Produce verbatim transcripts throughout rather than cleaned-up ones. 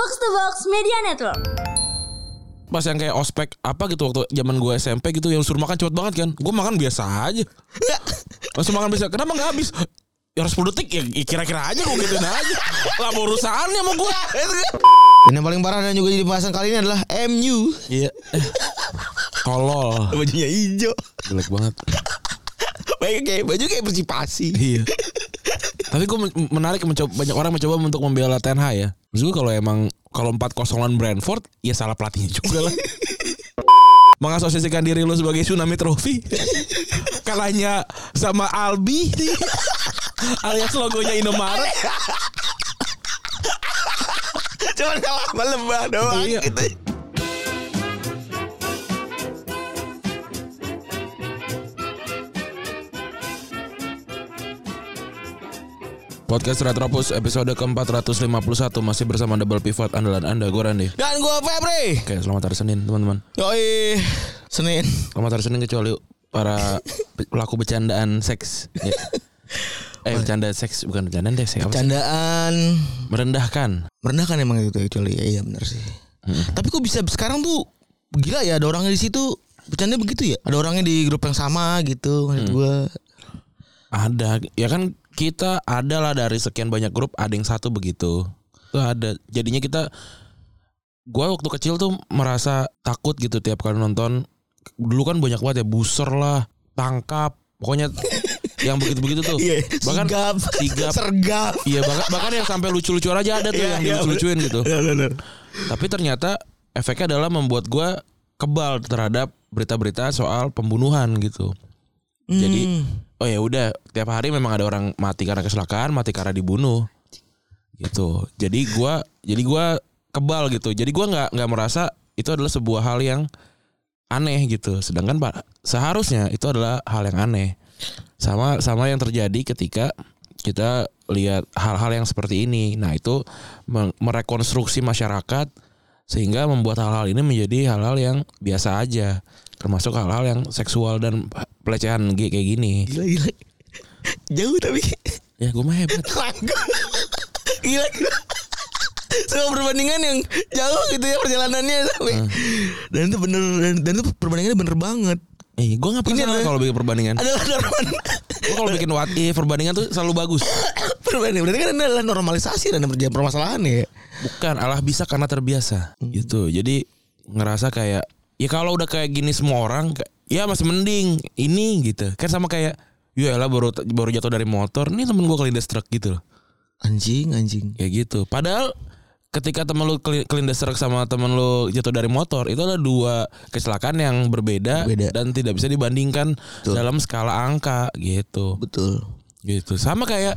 Box to Box Media Network. Pas yang kayak ospek apa gitu waktu zaman gue S M P gitu yang suruh makan cepet banget kan. Gue makan biasa aja. Langsung makan biasa. Kenapa gak habis? Ya harus sepuluh detik ya kira-kira aja gue gituin aja. Lah mau urusannya sama gue. Dan yang paling parah dan juga jadi bahasan kali ini adalah M U. Iya. Tolol. Bajunya hijau. Jelek banget. Baik kayak baju kayak Persipasi. Iya. Tapi gue menarik mencoba, banyak orang mencoba untuk membela Ten Hag ya. Maksud gue kalau emang kalau empat kosong lawan Brentford ya salah pelatihnya juga lah. Mengasosiasikan diri lu sebagai Tsunami Trophy. Kalahnya sama Albi alias logonya Indomaret. Cuman kalah sama Lebah doang iya. Gitu. Podcast Retropus episode ke empat ratus lima puluh satu masih bersama double pivot andalan Anda, gue Randy. Dan gue Febri. Oke, selamat hari Senin teman-teman. Yoi, Senin. Selamat hari Senin kecuali para pelaku bercandaan seks. Ya. Eh bercanda seks bukan bercandaan deh, seks. Bercandaan merendahkan. Merendahkan emang itu kecuali ya, iya benar sih. Mm-hmm. Tapi kok bisa sekarang tuh gila ya ada orangnya di situ bercanda begitu ya? Ada orangnya di grup yang sama gitu maksud mm. gue. Ada, ya kan kita adalah dari sekian banyak grup ada yang satu begitu. Itu ada. Jadinya kita, gue waktu kecil tuh merasa takut gitu tiap kali nonton. Dulu kan banyak banget ya, buser lah, tangkap, pokoknya yang begitu-begitu tuh. Iya, bahkan sigap, sigap, sergap. Iya bahkan bahkan yang sampai lucu-lucu aja ada tuh yeah, yang yeah, lucu-lucuin gitu. Yeah, bener. Tapi ternyata efeknya adalah membuat gue kebal terhadap berita-berita soal pembunuhan gitu. Hmm. Jadi oh ya udah tiap hari memang ada orang mati karena kecelakaan, mati karena dibunuh gitu. Jadi gue jadi gue kebal gitu. Jadi gue nggak nggak merasa itu adalah sebuah hal yang aneh gitu. Sedangkan pak seharusnya itu adalah hal yang aneh. Sama sama yang terjadi ketika kita lihat hal-hal yang seperti ini. Nah itu merekonstruksi masyarakat sehingga membuat hal-hal ini menjadi hal-hal yang biasa aja. Termasuk hal-hal yang seksual dan pelecehan kayak gini. Gila gila. Jauh tapi. Ya gue mah hebat. Gila gila. Semua perbandingan yang jauh gitu ya perjalanannya sampai. Hmm. Dan itu bener dan, dan itu perbandingannya bener banget. Eh, gue nggak pernah kalau bikin perbandingan. Adalah normal. Gue kalau bikin what if perbandingan tuh selalu bagus. Perbandingan berarti kan ini adalah normalisasi dan permasalahan ya. Bukan, Allah bisa karena terbiasa. Hmm. Gitu. Jadi ngerasa kayak ya kalau udah kayak gini semua orang, ya masih mending ini gitu. Kan sama kayak, ya lah baru baru jatuh dari motor, nih temen gue kelindes truk gitu loh. Anjing, anjing. Kayak gitu. Padahal ketika temen lu kelindes truk sama temen lu jatuh dari motor, itu adalah dua kecelakaan yang berbeda Beda. Dan tidak bisa dibandingkan Betul. Dalam skala angka gitu. Betul. Gitu. Sama kayak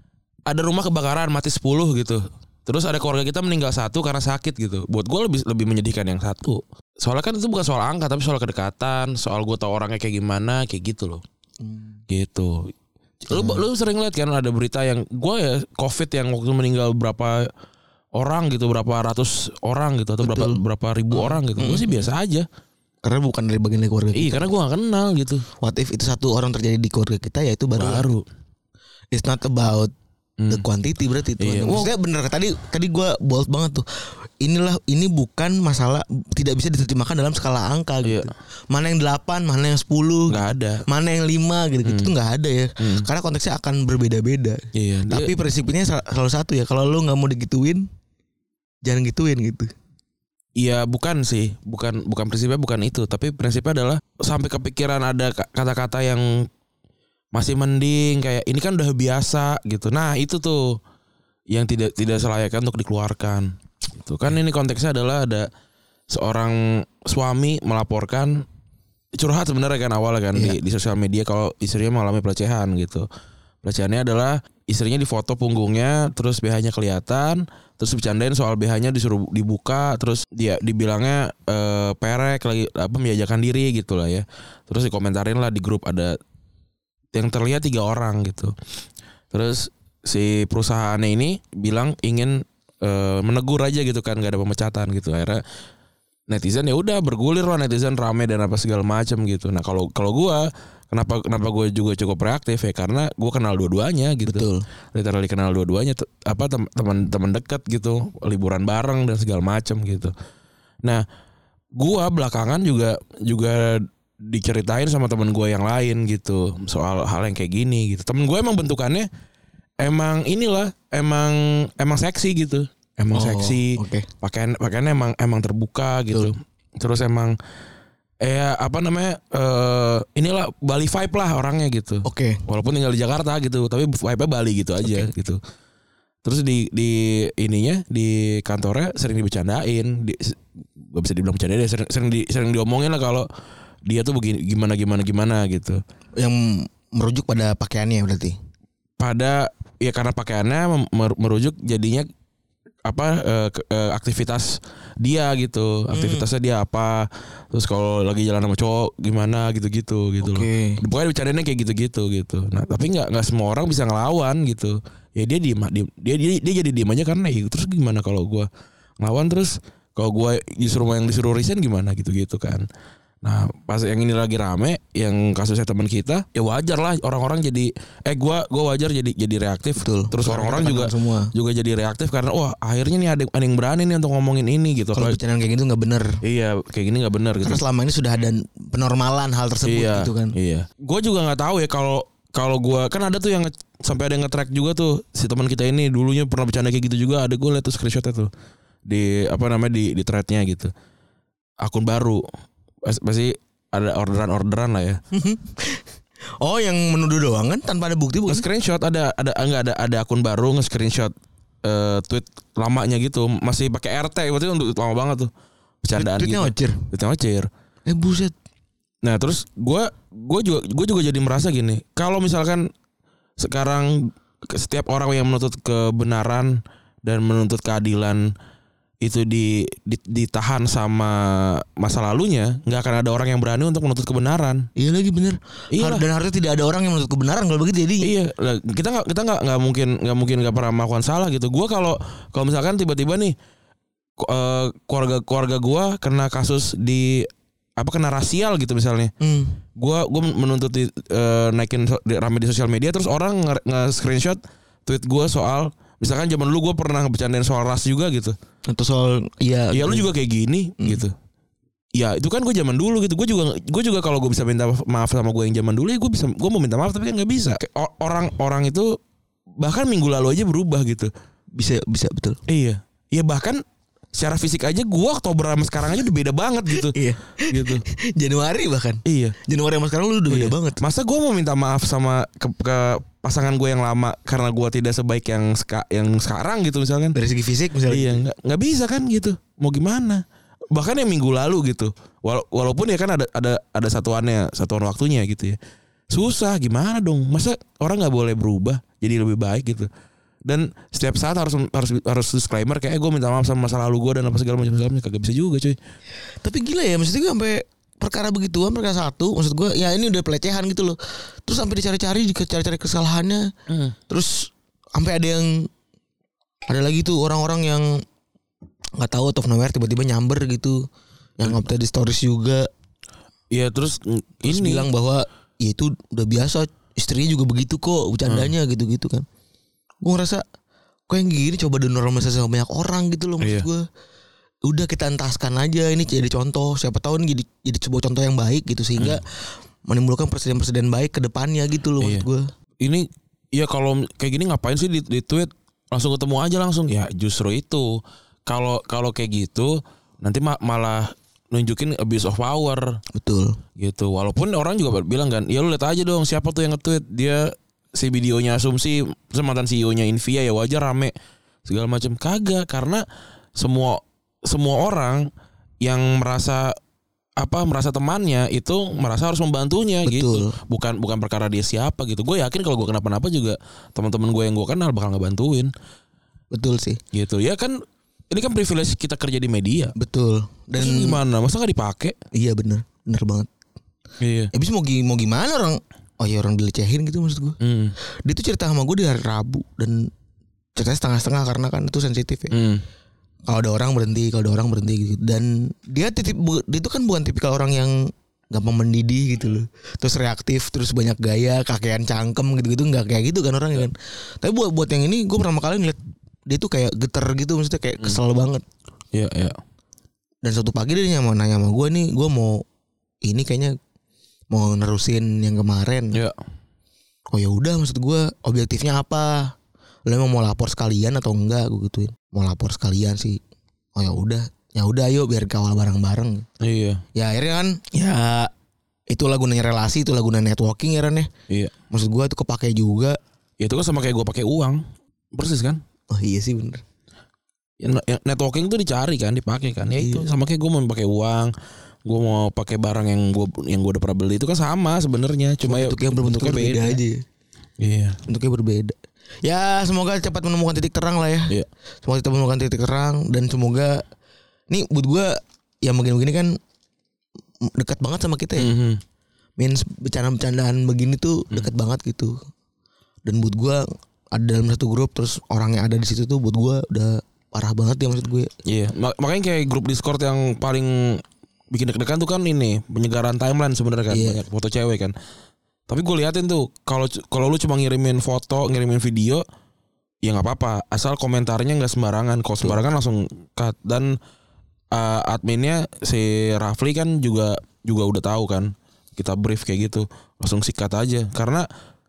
ada rumah kebakaran mati sepuluh gitu. Terus ada keluarga kita meninggal satu karena sakit gitu. Buat gue lebih lebih menyedihkan yang satu. Soalnya kan itu bukan soal angka tapi soal kedekatan, soal gue tau orangnya kayak gimana, kayak gitu loh. Hmm. Gitu. Lu hmm. lu sering lihat kan ada berita yang gue ya Covid yang waktu meninggal berapa orang gitu, berapa ratus orang gitu atau Betul. berapa berapa ribu hmm. orang gitu. Hmm. Gue sih biasa aja. Karena bukan dari bagian dari keluarga kita. Iya, karena gue gak kenal gitu. What if itu satu orang terjadi di keluarga kita ya itu baru. Baru. It's not about the quantity berarti itu. Iya. Maksudnya bener tadi tadi gue bold banget tuh. Inilah ini bukan masalah tidak bisa diterjemahkan dalam skala angka gitu. Iya. Mana yang delapan, mana yang sepuluh, nggak ada. Mana yang lima gitu, hmm. gitu tuh nggak ada ya. Hmm. Karena konteksnya akan berbeda-beda. Iya, tapi dia, prinsipnya selalu satu ya. Kalau lu nggak mau digituin, jangan gituin gitu. Iya bukan sih, bukan bukan prinsipnya bukan itu, tapi prinsipnya adalah sampai kepikiran ada kata-kata yang masih mending kayak ini kan udah biasa gitu. Nah itu tuh yang tidak tidak selayaknya untuk dikeluarkan. Itu kan ini konteksnya adalah ada seorang suami melaporkan curhat sebenarnya kan awalnya kan yeah. di, di sosial media kalau istrinya mengalami pelecehan gitu. Pelecehannya adalah istrinya difoto punggungnya, terus B H-nya kelihatan, terus bercandain soal B H-nya disuruh dibuka, terus dia dibilangnya e, perek lagi apa menjajakan diri gitu lah ya. Terus dikomentarin lah di grup ada yang terlihat tiga orang gitu. Terus si perusahaannya ini bilang ingin e, menegur aja gitu kan, nggak ada pemecatan gitu. Akhirnya netizen ya udah bergulir lah, netizen rame dan apa segala macam gitu. Nah kalau kalau gue kenapa kenapa gue juga cukup reaktif ya karena gue kenal dua-duanya gitu. Betul. Literally kenal dua-duanya t- apa teman-teman dekat gitu, liburan bareng dan segala macam gitu. Nah gue belakangan juga juga diceritain sama teman gue yang lain gitu soal hal yang kayak gini gitu. Temen gue emang bentukannya emang inilah emang emang seksi gitu. Emang oh, seksi, okay. pakaian pakaiannya emang emang terbuka gitu. Betul. Terus emang eh apa namanya uh, inilah Bali vibe lah orangnya gitu. Oke. Okay. Walaupun tinggal di Jakarta gitu, tapi vibe-nya Bali gitu aja okay. gitu. Terus di di ininya di kantornya sering dibercandain, di, gak bisa dibilang bercanda deh, sering sering di, sering diomongin lah kalau dia tuh begini gimana gimana gimana gitu. Yang merujuk pada pakaiannya berarti. Pada ya karena pakaiannya merujuk jadinya apa uh, uh, aktivitas dia gitu, aktivitasnya hmm. dia apa, terus kalau lagi jalan sama cowok gimana gitu-gitu gitu okay. loh. Pokoknya bercandanya kayak gitu-gitu gitu. Nah tapi nggak nggak semua orang bisa ngelawan gitu. Ya dia diem, diem dia dia dia jadi diem aja karena ya terus gimana kalau gue ngelawan terus kalau gue disuruh yang disuruh resign gimana gitu-gitu kan. Nah pas yang ini lagi rame yang kasusnya teman kita ya wajar lah orang-orang jadi eh gue gue wajar jadi jadi reaktif. Betul. Terus karena orang-orang juga semua. juga jadi reaktif karena wah akhirnya nih ada, ada yang berani nih untuk ngomongin ini gitu. Kalau bercandaan kayak gitu nggak benar. Iya kayak gini nggak benar gitu. Karena selama ini sudah ada penormalan hal tersebut iya, gitu kan. Iya. Gue juga nggak tahu ya kalau kalau gue kan ada tuh yang nge, sampai ada yang nge-track juga tuh si teman kita ini dulunya pernah bercanda kayak gitu juga. Ada gue liat tuh screenshotnya tuh di apa namanya di di threadnya gitu. Akun baru. Pasti ada orderan-orderan lah ya. Oh, yang menuduh doang kan tanpa ada bukti bukan? Nge-screenshot ada ada enggak ada ada akun baru nge-screenshot uh, tweet lamanya gitu, masih pakai R T, berarti untuk lama banget tuh. Bercandaan gitu. Tweetnya ocir. Tweetnya ocir. Eh buset. Nah, terus gua gua juga gua juga jadi merasa gini, kalau misalkan sekarang setiap orang yang menuntut kebenaran dan menuntut keadilan itu di, di ditahan sama masa lalunya, nggak akan ada orang yang berani untuk menuntut kebenaran. Iya lagi bener. Iya. Dan harusnya tidak ada orang yang menuntut kebenaran kalau begitu jadi. Iya. Kita nggak kita nggak nggak mungkin nggak mungkin nggak pernah melakukan salah gitu. Gua kalau kalau misalkan tiba-tiba nih uh, keluarga keluarga gua kena kasus di apa kena rasial gitu misalnya. Hmm. Gua gua menuntut di, uh, naikin rame di sosial media terus orang nge-screenshot tweet gua soal misalkan zaman dulu gue pernah ngebercandain soal ras juga gitu. Atau soal iya. Ya lu juga kayak gini hmm. gitu. Ya itu kan gue zaman dulu gitu. Gue juga gue juga kalau gue bisa minta maaf sama gue yang zaman dulu ya gue bisa gue mau minta maaf tapi kan nggak bisa. Orang-orang itu bahkan minggu lalu aja berubah gitu. Bisa bisa betul. Iya. Ya bahkan secara fisik aja gue Oktober sama sekarang aja udah beda banget gitu. Iya. Gitu. Januari bahkan. Iya. Januari sama sekarang lu udah beda iya. banget. Masa gue mau minta maaf sama ke, ke pasangan gue yang lama karena gue tidak sebaik yang seka, yang sekarang gitu misalkan dari segi fisik misalnya. Iya nggak nggak bisa kan gitu. Mau gimana? Bahkan yang minggu lalu gitu. Wala, walaupun ya kan ada ada ada satuannya satuan waktunya gitu ya. Susah gimana dong? Masa orang nggak boleh berubah jadi lebih baik gitu? Dan setiap saat harus harus harus disclaimer kayak eh, gue minta maaf sama masa lalu gue dan apa segala macam segalanya kagak bisa juga cuy. Tapi gila ya maksudnya gue sampai perkara begituan perkara satu maksud gue ya ini udah pelecehan gitu loh. Terus sampai dicari-cari dicari-cari kesalahannya. Hmm. Terus sampai ada yang ada lagi tuh orang-orang yang nggak tahu out of nowhere tiba-tiba nyamber gitu yang update di stories juga. Iya terus, terus ini bilang bahwa ya itu udah biasa istrinya juga begitu kok bercandanya hmm. gitu-gitu kan. Gue ngerasa kok yang gini coba dinormalisasi sama banyak orang gitu loh maksud iya. gue. Udah kita entaskan aja ini jadi contoh, siapa tahu ini jadi jadi sebuah contoh yang baik gitu sehingga hmm. menimbulkan presiden-presiden baik ke depannya gitu loh iya. maksud gue. Ini ya kalau kayak gini ngapain sih di, di tweet langsung ketemu aja langsung ya justru itu kalau kalau kayak gitu nanti ma- malah nunjukin abuse of power. Betul. Gitu walaupun orang juga bilang kan ya lu lihat aja dong siapa tuh yang nge-tweet dia si videonya asumsi mantan C E O-nya Invia ya wajar rame segala macam kagak karena semua semua orang yang merasa apa merasa temannya itu merasa harus membantunya. Betul. Gitu bukan bukan perkara dia siapa gitu. Gue yakin kalau gue kenapa-napa juga teman-teman gue yang gue kenal bakal ngebantuin. Betul sih gitu ya kan ini kan privilege kita kerja di media. Betul. Dan terus gimana masa nggak dipakai? Iya benar benar banget. Iya. Habis mau mau gimana orang oh ya orang dilecehin gitu maksud gue. Mm. Dia tuh cerita sama gue di hari Rabu dan ceritanya setengah-setengah karena kan itu sensitif ya. Mm. Kalau ada orang berhenti, kalau ada orang berhenti gitu. Dan dia titip, dia itu kan bukan tipikal orang yang gampang mendidih gitu loh. Terus reaktif, terus banyak gaya, kakean cangkem gitu-gitu, nggak kayak gitu kan orangnya kan. Tapi buat buat yang ini gue pertama kali ngeliat dia tuh kayak geter gitu, maksudnya kayak kesel hmm. banget. Iya, iya. Dan suatu pagi dia nyaman nanya sama gue nih, gue mau ini kayaknya mau nerusin yang kemarin. Iya. Oh ya udah, maksud gue objektifnya apa? Lo emang mau lapor sekalian atau enggak? Gue gituin. Mau lapor sekalian sih. Oh ya udah. Ya udah ayo biar kawal bareng-bareng. Iya. Ya akhirnya kan ya itulah gunanya relasi, itulah gunanya networking ya Ran ya. Iya. Maksud gue itu kepake juga. Ya itu kan sama kayak gue pakai uang. Persis kan? Oh iya sih bener. Ya, networking tuh dicari kan, dipakai kan. Ya iya. Itu sama kayak gue mau pakai uang, gue mau pakai barang yang gue yang gue udah pernah beli itu kan sama sebenarnya. Cuma bentuk ya, yang berbentuknya beda, beda aja. Iya. Bentuknya berbeda. Ya semoga cepat menemukan titik terang lah ya. Iya. Semoga kita menemukan titik terang dan semoga nih buat gue yang begini-begini kan dekat banget sama kita ya. Mm-hmm. Means bercanda-bercandaan begini tuh dekat mm. banget gitu. Dan buat gue ada dalam satu grup terus orang yang ada di situ tuh buat gue udah parah banget ya maksud gue. Iya, makanya kayak grup Discord yang paling bikin deg-degan tuh kan ini penyegaran timeline sebenarnya kan, yeah. Banyak foto cewek kan. Tapi gue liatin tuh kalau kalau lu cuma ngirimin foto, ngirimin video, ya nggak apa-apa, asal komentarnya nggak sembarangan. Kalau sembarangan langsung cut. Dan uh, adminnya si Rafli kan juga juga udah tahu kan, kita brief kayak gitu, langsung sikat aja. Karena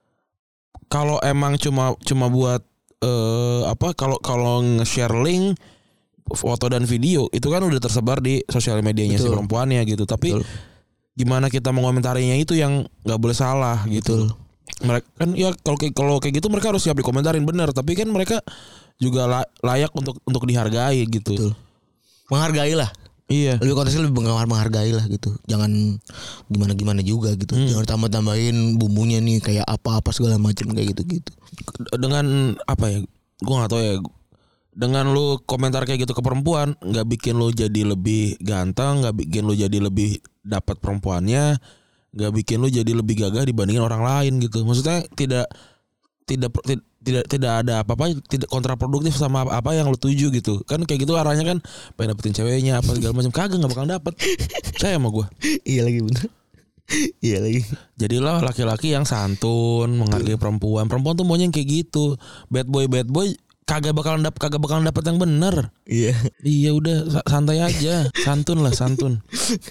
kalau emang cuma cuma buat uh, apa kalau kalau nge-share link foto dan video itu kan udah tersebar di sosial medianya Betul. Si perempuannya gitu. Tapi Betul. Gimana kita mengomentarinya itu yang nggak boleh salah gitu. Betul. Mereka kan ya kalau kalau kayak gitu mereka harus siap dikomentarin benar. Tapi kan mereka juga layak untuk untuk dihargai gitu. Betul. Menghargai lah. Iya. Lebih konteksnya lebih menghargai lah gitu. Jangan gimana-gimana juga gitu. Hmm. Jangan tambah-tambahin bumbunya nih kayak apa-apa segala macam kayak gitu-gitu. Dengan apa ya? Gue nggak tahu ya. Dengan lu komentar kayak gitu ke perempuan, nggak bikin lu jadi lebih ganteng, nggak bikin lu jadi lebih dapat perempuannya, nggak bikin lu jadi lebih gagah dibandingin orang lain gitu. Maksudnya tidak tidak tidak tidak ada apa-apa, tidak kontraproduktif sama apa yang lu tuju gitu. Kan kayak gitu arahnya kan pengen dapetin ceweknya apa segala macam, kagak, nggak bakal dapet. Saya sama gue. Iya lagi bener. Iya lagi. Jadilah laki-laki yang santun, menghargai perempuan. Perempuan tuh maunya yang kayak gitu. Bad boy bad boy kagak bakalan dapet kagak bakalan dapet yang bener. Iya. Iya udah santai aja, santun lah santun.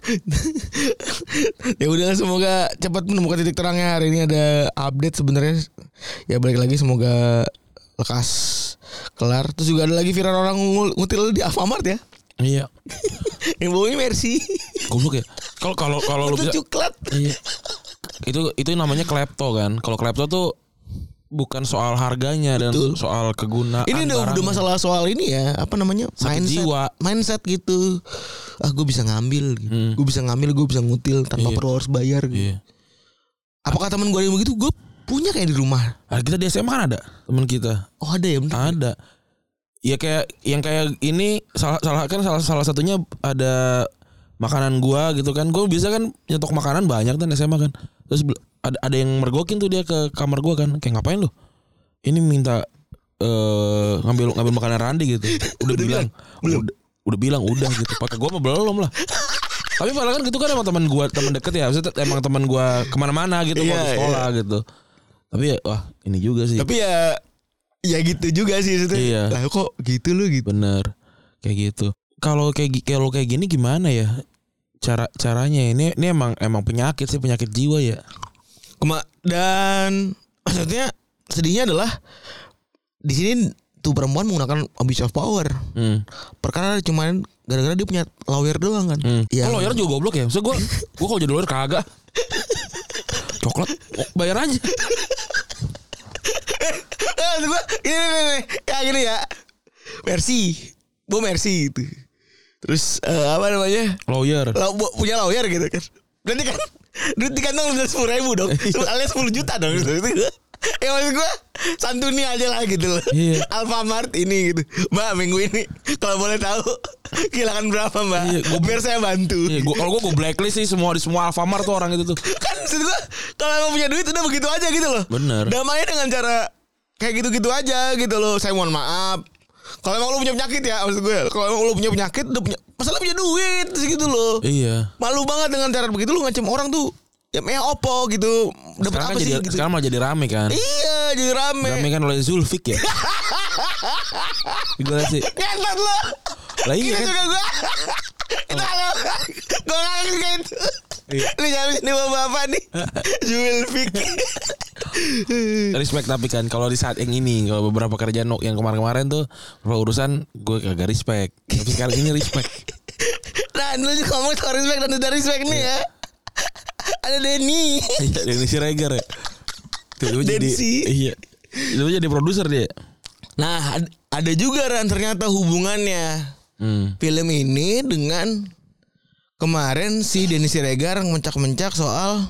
Ya udah semoga cepat menemukan titik terangnya. Hari ini ada update sebenarnya. Ya balik lagi semoga lekas kelar. Terus juga ada lagi viral orang ngutil di Alfamart ya. Iya. Yang bawanya Mercy. Goblok ya. Kalau kalau kalau lu bisa coklat. Iya. Itu itu namanya klepto kan. Kalau klepto tuh bukan soal harganya dan Betul. Soal kegunaan. Ini udah, udah masalah soal ini ya, apa namanya? Sakit mindset, jiwa. Mindset gitu. Ah, gue bisa ngambil, gitu. hmm. gue bisa ngambil, gue bisa ngutil tanpa iya. perlu harus bayar. Gitu. Iya. Apakah teman gue yang begitu? Gue punya kayak di rumah. Nah, kita di S M A kan ada teman kita. Oh ada ya? Bener. Ada. Ya kayak yang kayak ini salah salah kan salah salah satunya ada makanan gua gitu kan. Gue bisa kan nyetok makanan banyak kan S M A kan. Terus ada ada yang mergokin tuh dia ke kamar gua kan. Kayak ngapain lu? Ini minta uh, ngambil ngambil makanan Randi gitu. Udah, udah bilang, bilang udah, udah bilang udah gitu. Pakai gua mah belum lah. Tapi malah kan gitu kan emang teman gua, teman deket ya. Maksudnya emang teman gua kemana-mana gitu, yeah, mau ke sekolah yeah. gitu. Tapi ya wah ini juga sih. Tapi ya ya gitu juga sih itu. Iya. Lah kok gitu lu gitu. Bener. Kayak gitu. Kalau kayak kalau kayak gini gimana ya? Cara caranya ini ini emang emang penyakit sih, penyakit jiwa ya. Kema dan maksudnya sedihnya adalah di sini tuh perempuan menggunakan abuse of power. Hmm. Perkara cuma gara-gara dia punya lawyer doang kan. Hmm. Ya. Oh, lawyer juga goblok ya. Maksud gue gue kalau jadi lawyer kagak. Coklat oh, bayar aja. Eh, gue ini nih, nih, kayak gini ya. Mercy, Bu Mercy itu. Terus uh, apa namanya? Lawyer. Law, punya lawyer gitu kan. Berarti kan duit di kantong udah sepuluh ribu dong. Alias sepuluh juta dong gitu. Ya maksud gue santuni aja lah gitu loh. Iya. Alfamart ini gitu. Mbak minggu ini kalau boleh tahu kehilangan berapa mbak? Iya, gua, biar saya bantu. Iya, gua, kalau gue gue blacklist sih semua di semua Alfamart tuh orang itu tuh. Kan maksud gue kalau emang punya duit udah begitu aja gitu loh. Bener. Damainya dengan cara kayak gitu-gitu aja gitu loh. Saya mohon maaf Kalau emang lu punya penyakit ya, maksud gue. Kalau emang lu punya penyakit, lu punya masalah punya duit segitu loh. Iya. Malu banget dengan cara begitu lu ngacem orang tuh. Ya meh opo gitu. Dapat apa kan sih jadi, gitu. Sekarang malah jadi rame kan. Iya, jadi rame. Rame kan oleh Zulfik ya. Gue sih. Ngentot lo. Lah iya kan. Juga gue. Itu halo. Gue nganggil kayak itu. Lu nyampe nih bapak nih. Zulfik. Respect tapi kan kalau di saat yang ini, kalau beberapa kerjaan yang kemarin-kemarin tuh beberapa urusan gue kagak respect. Tapi sekarang ini respect. Nah, lu juga ngomong soal respect dan udah respect nih ya. Ada Denny. Iya, Denny Siregar ya. Tiba-tiba jadi iya. Tiba-tiba jadi produser dia. Nah, ada juga Ran ternyata hubungannya. Hmm. Film ini dengan kemarin si Denny Siregar mencak-mencak soal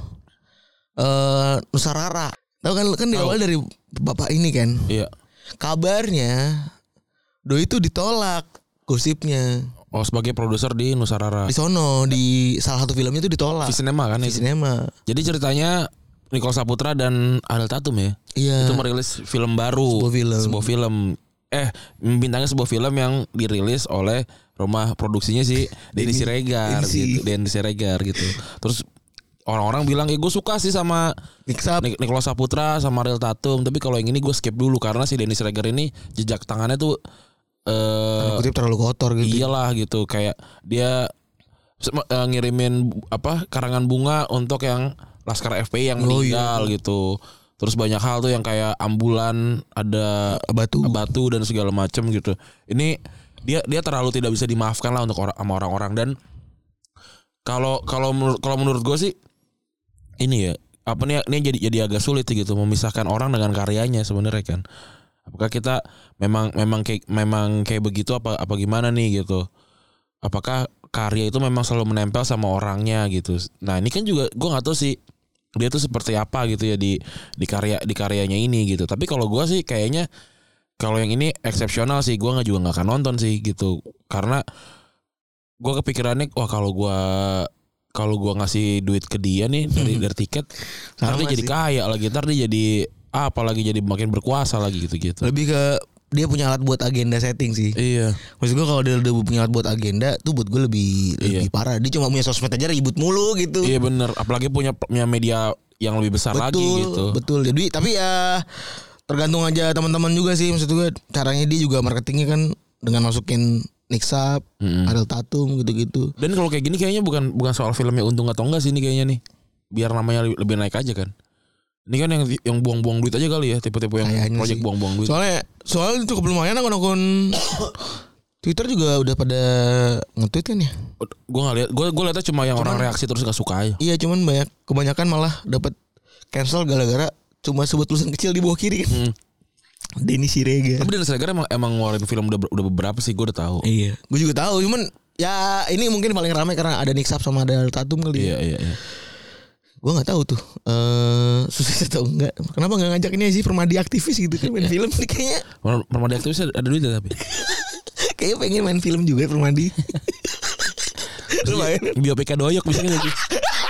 uh, Nusarara. Tahu kan kan di awal dari bapak ini kan. Iya. Kabarnya Doi itu ditolak gosipnya. Oh, sebagai produser di Nusarara. Di sono di salah satu filmnya itu ditolak. Visinema kan itu. Visinema. Jadi ceritanya Nicholas Saputra dan Ariel Tatum ya. Iya. Itu merilis film baru. Sebuah film. Sebuah film. Eh, bintangnya sebuah film yang dirilis oleh rumah produksinya si Denny Siregar gitu. Denny Siregar gitu. Terus orang-orang bilang, "Ya gue suka sih sama Nicholas Saputra sama Ariel Tatum, tapi kalau yang ini gue skip dulu karena si Denny Siregar ini jejak tangannya tuh eh kutip terlalu kotor gitu." Iyalah gitu, kayak dia uh, ngirimin apa karangan bunga untuk yang Laskar F P I yang meninggal oh, iya. gitu. Terus banyak hal tuh yang kayak ambulan, ada batu, batu dan segala macam gitu. Ini dia dia terlalu tidak bisa dimaafkan lah untuk orang sama orang-orang. Dan kalau kalau kalau menurut gue sih ini ya apa nih ini jadi jadi agak sulit gitu memisahkan orang dengan karyanya sebenarnya kan. Apakah kita memang memang kayak memang kayak begitu apa apa gimana nih gitu? Apakah karya itu memang selalu menempel sama orangnya gitu? Nah ini kan juga gue nggak tahu sih dia tuh seperti apa gitu ya di di karya di karyanya ini gitu. Tapi kalau gue sih kayaknya kalau yang ini eksepsional sih, gue nggak juga nggak akan nonton sih gitu. Karena gue kepikirannya wah kalau gue kalau gue ngasih duit ke dia nih dari dari tiket, ntar dia jadi kaya lagi, ntar dia jadi ah, apalagi jadi makin berkuasa lagi gitu-gitu. Lebih ke dia punya alat buat agenda setting sih. Iya. Maksud gue kalau dia udah punya alat buat agenda tuh buat gue lebih iya. lebih parah. Dia cuma punya sosmed aja ribut mulu gitu. Iya bener. Apalagi punya punya media yang lebih besar betul, lagi gitu. Betul. Jadi tapi ya tergantung aja teman-teman juga sih. Maksud gue caranya dia juga marketingnya kan dengan masukin Niksap, mm-hmm. Ariel Tatum gitu-gitu. Dan kalau kayak gini kayaknya bukan bukan soal filmnya untung atau enggak sih ini kayaknya nih. Biar namanya lebih naik aja kan. Ini kan yang yang buang-buang duit aja kali ya, tipe-tipe yang kayaknya project sih. Buang-buang duit. Soalnya soalnya cukup lumayan akun-akun Twitter juga udah pada nge-tweet kan ya. Gue nggak lihat, gue gue lihatnya cuma yang cuman, orang reaksi terus nggak suka aja. Iya, cuman banyak kebanyakan malah dapat cancel gara-gara cuma sebut tulisan kecil di bawah kiri kan. Hmm. Denny Siregar. Tapi Denny Siregar emang emang ngeluarin film udah udah beberapa sih, gue udah tahu. Iya, gue juga tahu. Cuman ya ini mungkin paling ramai karena ada Niksap sama ada Tatum kali. Iya iya. iya. Gue nggak tahu tuh uh, sukses atau enggak. Kenapa nggak ngajak ini sih Permadi aktivis gitu kan main film nih kayaknya. Permadi aktivis ada duitnya tapi. Kayaknya pengen main film juga Permadi. Lumayan. Biopika doyok bisa nggak sih?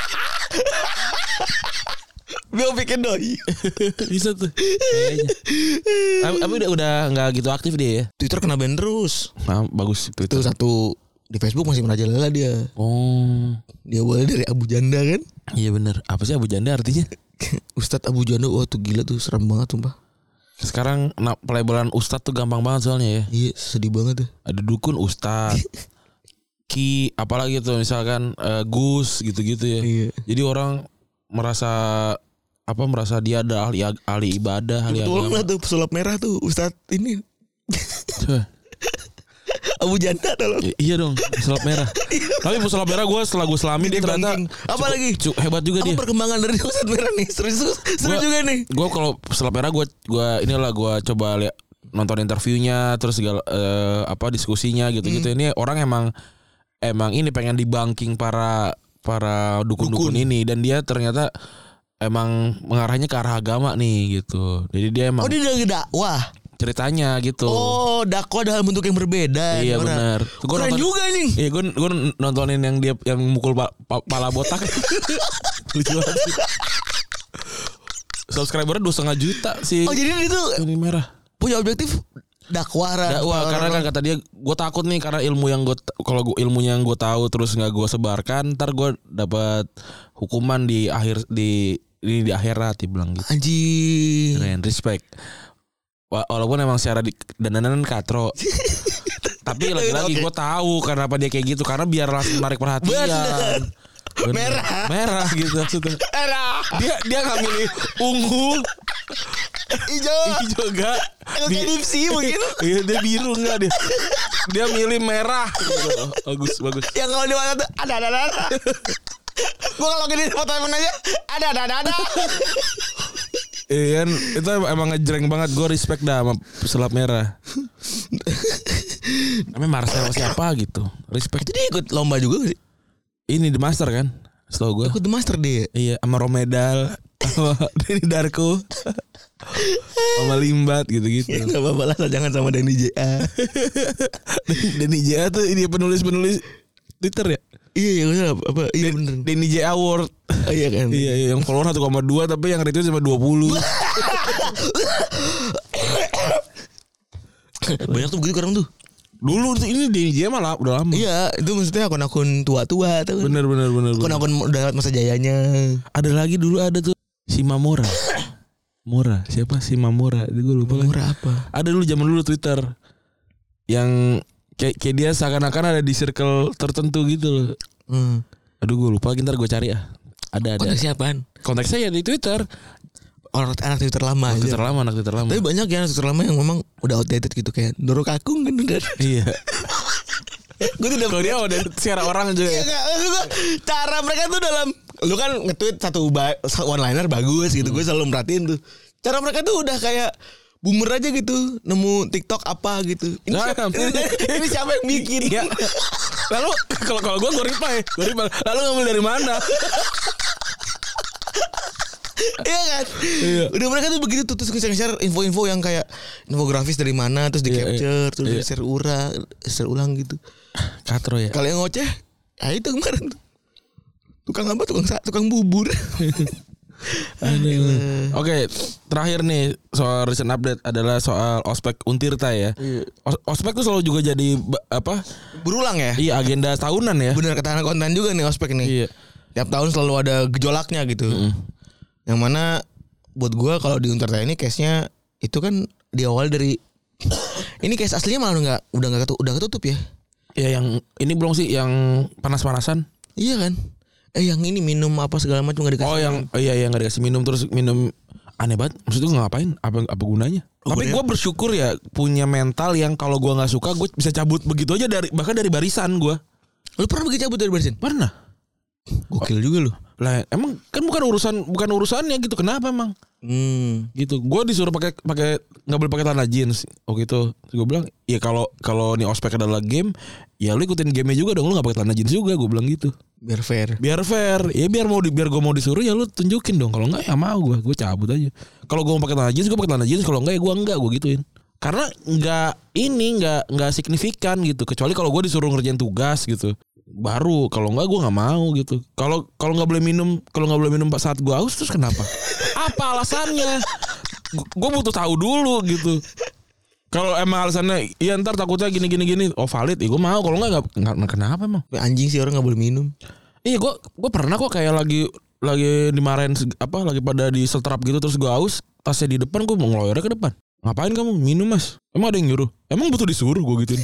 Biopika doyok bisa tuh. Kayaknya. Tapi udah udah nggak gitu aktif dia ya. Twitter kena ban terus. Nah, bagus Twitter. Itu satu. Di Facebook masih merajalela dia. Oh. Dia boleh dari Abu Janda kan? Iya benar. Apa sih Abu Janda artinya? Ustadz Abu Janda. Wah tuh gila tuh, serem banget sumpah. Sekarang nah, pelabelan Ustadz tuh gampang banget soalnya ya. Iya sedih banget tuh. Ada dukun Ustadz. Ki apalagi tuh misalkan uh, Gus gitu-gitu ya. Iya. Jadi orang merasa apa merasa dia ada ahli ahli ibadah, ahli agama. Betul tuh pesulap merah tuh Ustadz ini. Abu Janda tolong. I- iya dong, pesulap merah. Tapi pesulap merah gue setelah gue selami dia ternyata apa lagi? Cu- hebat juga apa dia. Apa perkembangan dari pesulap merah nih? Seru seru juga nih. Gue kalau pesulap merah gue gue inilah gue coba lihat nonton interviewnya terus segala uh, apa diskusinya gitu-gitu. Hmm. Ini orang emang emang ini pengen dibangking para para dukun-dukun Dukun. ini dan dia ternyata emang mengarahnya ke arah agama nih gitu. Jadi dia emang. Oh dia lagi dakwah. Ceritanya gitu. Oh, dakwah dalam bentuk yang berbeda. Iya benar. Keren nonton, juga nih. Iya gue gue nontonin yang dia yang mukul pa, pa, pala botak. Lucu banget sih. Subscribernya dua setengah juta sih. Oh jadi itu ini merah. Punya objektif dakwah dakwah karena kan kata dia gue takut nih karena ilmu yang gue kalau gue ilmunya yang gue tahu terus nggak gue sebarkan ntar gue dapat hukuman di akhir di di, di akhirat dia bilang gitu. Anjing. Keren, respect. Walaupun emang secara di, dandanan katro. Tapi lagi-lagi gue tahu kenapa dia kayak gitu karena biar langsung menarik perhatian. Bener. Bener. Merah, merah gitu maksudnya. Merah. Dia dia nggak milih ungu, hijau, hijau enggak, kayak dipsi mungkin. Iya dia biru enggak dia. Dia milih merah. Gitu. Bagus bagus. Yang kalau di mana tuh ada ada ada. Gue kalau gini foto temen aja ada ada ada ada. Iya kan itu emang ngejreng banget. Gue respect dah sama pesulap merah. Namanya Marcel siapa gitu. Respect. Itu dia ikut lomba juga sih. Ini The Master kan, setahu gue. Ikut The Master dia. Iya, sama Romedal, sama Denny Darko, sama Limbat gitu-gitu. Ya, gak apa-apa lah, jangan sama Denny J A. Denny J A tuh ini penulis-penulis Twitter ya. Iya, iya bener apa? Iya bener. Denny J A Award. Oh, iya kan. Iya, iya yang follower satu koma dua tapi yang retweet cuma dua puluh. Banyak tuh begitu sekarang tuh. Dulu ini Denny J A malah udah lama. Iya, itu maksudnya akun-akun tua-tua tuh. Bener bener bener. Akun-akun udah masa jayanya. Ada lagi dulu ada tuh si Mamora. Mora, siapa si Mamora? Itu gue lupa. Mamora apa? Ada dulu zaman dulu Twitter yang kayak kayak dia seakan-akan ada di circle tertentu gitu loh. Hmm. Aduh gue lupa, ntar gue cari ah. Ada ada. Konteks siapaan? Konteksnya ya di Twitter. Orang anak Twitter lama aja. Twitter lama, anak Twitter lama. Tapi banyak ya anak Twitter lama yang memang udah outdated gitu kayak Doro Kakung kan udah. Iya. Gue tidak. Kalau dia udah siara orang juga. Iya enggak, cara mereka tuh dalam lu kan nge-tweet satu one liner bagus gitu. Hmm. Gue selalu merhatiin tuh. Cara mereka tuh udah kayak boomer aja gitu, nemu TikTok apa gitu. Ini, nah, siapa, ini, ini siapa yang bikin? Iya. Lalu kalau kalau gue gue reply, gue reply. Lalu ngambil dari mana? Iya kan. Iya. Udah mereka tuh begitu tuh terus share info-info yang kayak infografis dari mana terus di capture iya, iya. terus iya. di share ulang, share ulang gitu. Katro ya. Kalau yang ngoceh, ya itu kemarin tuh. Tukang apa? Tukang tukang bubur. Oke, okay, terakhir nih soal recent update adalah soal ospek Untirta ya. Iya. Ospek tuh selalu juga jadi apa? Berulang ya? Iya, agenda tahunan ya. Bener ketahanan konten juga nih ospek nih. Iya. Tiap tahun selalu ada gejolaknya gitu. Mm-hmm. Yang mana buat gue kalau di Untirta ini case-nya itu kan diawali dari ini case aslinya malah nggak udah nggak ketutup, udah ketutup ya? Ya yang ini belum sih yang panas-panasan? Iya kan? Eh yang ini minum apa segala macam nggak dikasih. Oh yang oh iya yang nggak dikasih minum terus minum aneh banget. Maksudnya gue ngapain? Apa apa gunanya? Oh, tapi gue bersyukur ya punya mental yang kalau gue nggak suka gue bisa cabut begitu aja dari bahkan dari barisan gue. Lu pernah begitu cabut dari barisan? Pernah. Gokil juga lu. Lah emang kan bukan urusan bukan urusannya gitu. Kenapa emang? Hmm. Gitu. Gue disuruh pakai pakai nggak boleh pakai celana jeans. Oh gitu. Gue bilang ya kalau kalau nih ospek adalah game, ya lu ikutin game-nya juga dong. Lu nggak pakai celana jeans juga. Gue bilang gitu. Biar fair. Biar fair. Ya biar mau di, biar gue mau disuruh ya lu tunjukin dong. Kalau enggak ya mau gue. Gue cabut aja. Kalau gue mau pakai celana jeans gue pakai celana jeans. Kalau enggak ya gue enggak. Gue gituin. Karena nggak ini nggak nggak signifikan gitu. Kecuali kalau gue disuruh ngerjain tugas gitu. Baru kalau enggak gue nggak mau gitu. Kalau kalau nggak boleh minum, kalau nggak boleh minum saat gue haus terus kenapa? Apa alasannya? Gue butuh tahu dulu gitu. Kalau emang alasannya, iya ntar takutnya gini gini gini, oh valid, ya gue mau. Kalau enggak nggak kenapa emang? Anjing sih orang nggak boleh minum. Iya gue gue pernah kok kayak lagi lagi dimarahin apa lagi pada di setrap gitu terus gue haus, tasnya di depan gue mau ngeloyornya ke depan. Ngapain kamu minum mas? Emang ada yang nyuruh? Emang butuh disuruh gue gituin.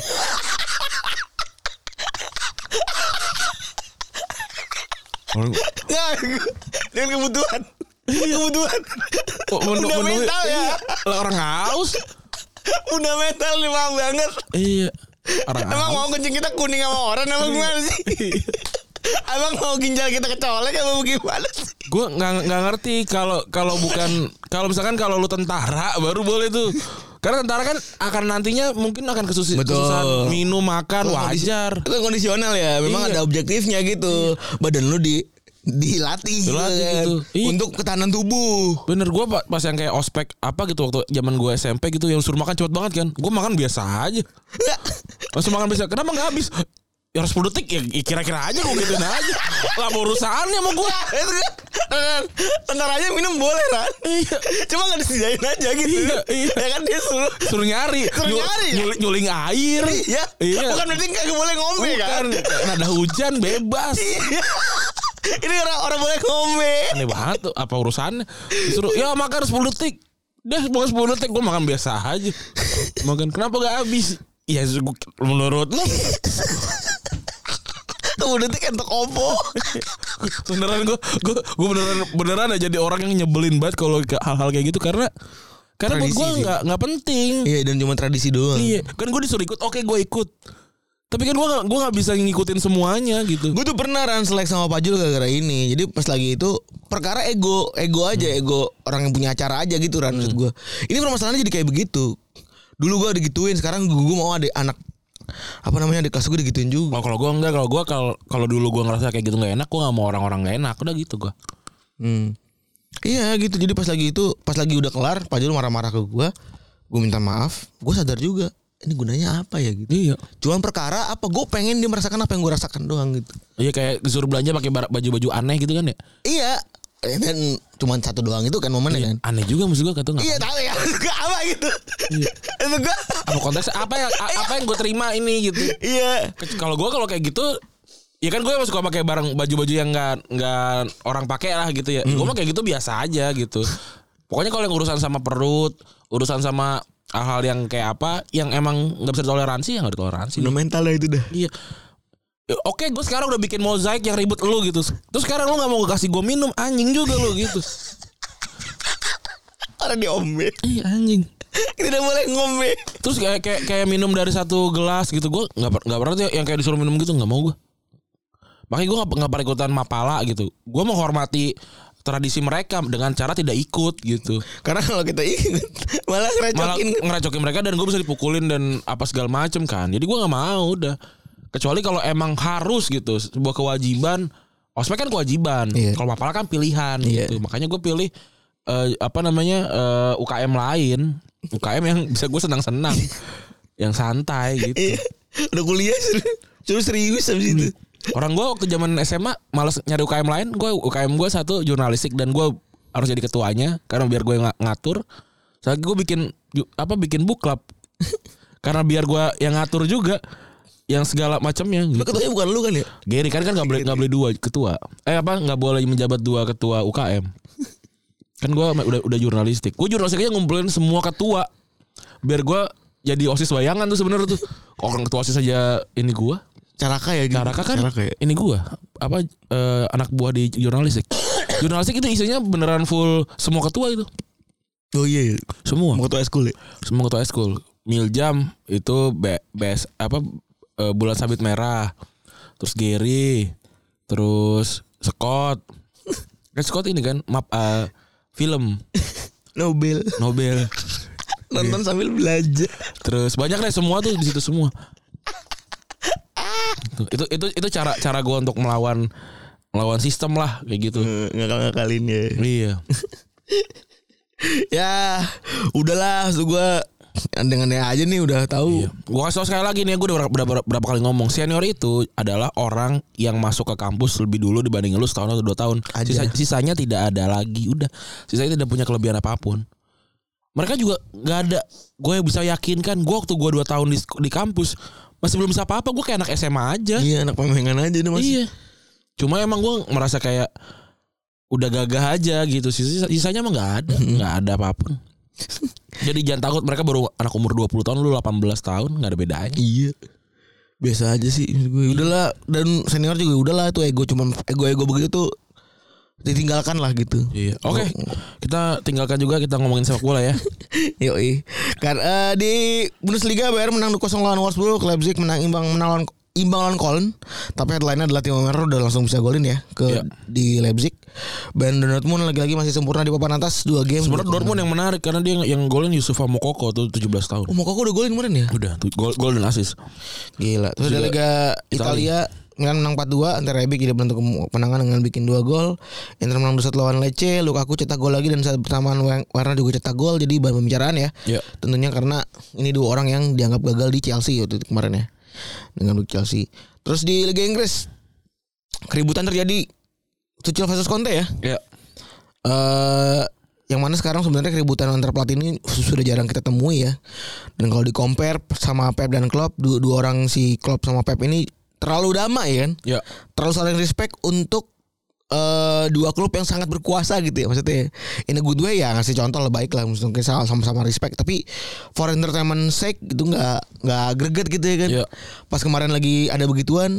Nggak, dengan kebutuhan, kebutuhan. Oh, fundamental ya. Lah orang haus. Fundamental nih bang banget. Iya. Orang emang haus. Mau kencing kita kuning sama orang emang gimana sih? Emang mau ginjal kita kecolek apa gimana sih? Gue nggak nggak ngerti kalau kalau bukan kalau misalkan kalau lu tentara baru boleh tuh. Karena tentara kan akan nantinya mungkin akan kesusi, kesusahan minum makan oh, wajar. Itu kondisional ya. Memang iya. Ada objektifnya gitu. Iya. Badan lu di dilatih, dilatih gitu, gitu. Iya. Untuk ketahanan tubuh. Bener gue pas yang kayak ospek apa gitu waktu zaman gue S M P gitu yang suruh makan cepet banget kan. Gue makan biasa aja. Langsung makan biasa. Kenapa nggak habis? ya harus sepuluh detik ya kira-kira aja gue gituin aja. Lah urusannya sama gue. Bentar aja minum boleh kan? Iya. Cuma gak disediain aja gitu. Iya, iya. Ya kan dia suruh suruh nyari, suruh Nyul, nyari ya? nyuling, nyuling air. Iya. Iya. Bukan berarti gak boleh ngombe Bukan. kan? Nada hujan bebas. Iya. Ini orang orang boleh ngombe. Aneh banget tuh. Apa urusannya? Disuruh ya makan sepuluh detik. Dah makan sepuluh detik gue makan biasa aja. Makan kenapa gak habis? Ya menurut lu sepuluh detik entok opo. Beneran gue gue gue beneran beneran aja jadi orang yang nyebelin banget kalau hal-hal kayak gitu karena karena buat gue nggak nggak penting. Iya dan cuma tradisi doang. Iya kan gue disuruh ikut, oke gue ikut. Tapi kan gue gak, gue nggak bisa ngikutin semuanya gitu. Gue tuh pernah ran selek sama Pak Jul gara-gara ini. Jadi pas lagi itu perkara ego, ego aja, hmm. ego orang yang punya acara aja gitu ran maksud gue. Ini permasalahannya jadi kayak begitu. Dulu gue digituin, sekarang gue mau ada anak apa namanya di kelas gue digituin juga. Oh, kalau gue enggak, kalau gue kalau kalau dulu gue ngerasa kayak gitu nggak enak, gue nggak mau orang-orang nggak enak, udah gitu gue. Hmm. Iya gitu. Jadi pas lagi itu, pas lagi udah kelar, Pak Jul marah-marah ke gue, gue minta maaf, gue sadar juga. Ini gunanya apa ya gitu. Iya. Cuman perkara apa? Gue pengen dia merasakan apa yang gue rasakan doang gitu. Iya kayak disuruh belanja pakai baju-baju aneh gitu kan ya. Iya. Dan cuma satu doang itu kan momennya iya, kan. Aneh juga maksud gue kata nggak. Iya tahu ya. Apa gitu. Iya. Itu gue. Apa konteks apa yang apa yang gue terima ini gitu. Iya. Kalau gue kalau kayak gitu, ya kan gue suka pakai barang baju-baju yang nggak nggak orang pakai lah gitu ya. Hmm. Gue mah kayak gitu biasa aja gitu. Pokoknya kalau yang urusan sama perut, urusan sama hal-hal yang kayak apa, yang emang nggak bisa ditoleransi, ya nggak ditoleransi. Fundamental lah itu dah. Iya. Oke, gue sekarang udah bikin mozaik yang ribet lu gitu. Terus sekarang lu nggak mau kasih gue minum, anjing juga lu gitu. Orang diombe. Iya anjing. Tidak boleh ngombe. Terus kayak kayak kayak minum dari satu gelas gitu, gue nggak nggak pernah tuh yang kayak disuruh minum gitu, nggak mau gue. Makanya gue nggak nggak pernah ikutan mapala gitu. Gue menghormati tradisi mereka dengan cara tidak ikut gitu. Karena kalau kita ikut malah ngerecokin malah ngerecokin mereka dan gue bisa dipukulin dan apa segala macem kan. Jadi gue nggak mau udah. Kecuali kalau emang harus gitu, sebuah kewajiban. Ospek kan kewajiban. Iya. Kalau mapala kan pilihan iya. gitu. Makanya gue pilih uh, apa namanya uh, U K M lain. U K M yang bisa gue senang-senang, yang santai gitu. Iya. Udah kuliah suruh serius habis itu. Orang gue waktu zaman S M A malas nyari U K M lain. Gue U K M gue satu jurnalistik dan gue harus jadi ketuanya karena biar gue ng- ngatur. Soalnya gue bikin apa bikin book club karena biar gue yang ngatur juga. Yang segala macamnya gitu. Ketuanya bukan lu kan ya? Gary kan kan nggak boleh nggak boleh dua ketua. Eh apa nggak boleh menjabat dua ketua U K M. Kan gue udah udah jurnalistik. Gue jurnalistik aja ngumpulin semua ketua. Biar gue jadi OSIS bayangan tuh sebenarnya tuh. Orang ketua OSIS aja ini gue. Caraka ya gitu. Caraka kan Caraka ya? Ini gue apa uh, anak buah di jurnalistik. Jurnalistik itu isinya beneran full semua ketua itu. Oh iya. Semua. Semua ketua eskul ya? Semua ketua eskul. Miljam itu be, bes apa Uh, bulan sabit merah, terus Gary, terus Scott, kan Scott ini kan map uh, film Nobel, Nobel, nonton sambil belajar, terus banyak deh semua tuh di situ semua. itu itu itu cara cara gue untuk melawan melawan sistem lah kayak gitu. Ngakal-ngakalin ya. Iya. Ya udahlah, gue dengannya aja nih udah tahu. Iya. Gue kasih tau sekali lagi nih, gue udah berapa, berapa, berapa kali ngomong, senior itu adalah orang yang masuk ke kampus lebih dulu dibanding lu setahun atau dua tahun. Sisa, sisanya tidak ada lagi, udah. Sisanya tidak punya kelebihan apapun. Mereka juga nggak ada. Gue bisa yakinkan, gue waktu gue dua tahun di, di kampus masih belum bisa apa-apa. Gue kayak anak S M A aja. Iya, anak pemengan aja nih masih. Iya. Cuma emang gue merasa kayak udah gagah aja gitu. Sisa, sisanya emang nggak ada, nggak ada apapun. Jadi jangan takut, mereka baru anak umur dua puluh tahun, lu delapan belas tahun, gak ada bedanya. Iya. Biasa aja sih gue. Udahlah, dan senior juga udahlah tuh ego, cuman ego-ego begitu tuh ditinggalkan lah gitu. Iya. Oke. Okay. Kita tinggalkan juga, kita ngomongin sepak bola ya. Yoi. Karena uh, di Bundesliga Bayern menang dua kosong lawan Wolfsburg, Leipzig menang imbang menang lawan imbang lawan Köln. Tapi headline-nya adalah tim merah udah langsung bisa golin ya ke yeah. di Leipzig. Bayern Dortmund lagi-lagi masih sempurna di papan atas dua game. Sebenarnya Dortmund yang menarik karena dia yang golin Yusufa Moukoko tuh tujuh belas tahun. Oh, Moukoko udah golin kemarin ya? Udah, gol gol dan assist. Gila. Terus ada Liga Italia, Milan menang empat dua, Inter Rebic tidak menentu kemenangan dengan bikin dua gol. Inter menang dua satu lawan Lecce, Lukaku cetak gol lagi dan saat bersamaan Werner juga cetak gol, jadi bahan pembicaraan ya. Yeah. Tentunya karena ini dua orang yang dianggap gagal di Chelsea waktu itu kemarin ya. Dengan Chelsea. Terus di Liga Inggris keributan terjadi Tuchel versus Conte ya. Iya. Uh, yang mana sekarang sebenarnya keributan antar pelatih ini sudah jarang kita temui ya. Dan kalau di compare sama Pep dan Klopp, dua, dua orang si Klopp sama Pep ini terlalu damai kan. Iya. Terlalu saling respect untuk uh, dua klub yang sangat berkuasa gitu ya. Maksudnya in a good way ya, ngasih contoh lah baik lah, mungkin sama-sama respect. Tapi for entertainment sake gitu nggak nggak greget gitu ya kan. Iya. Pas kemarin lagi ada begituan,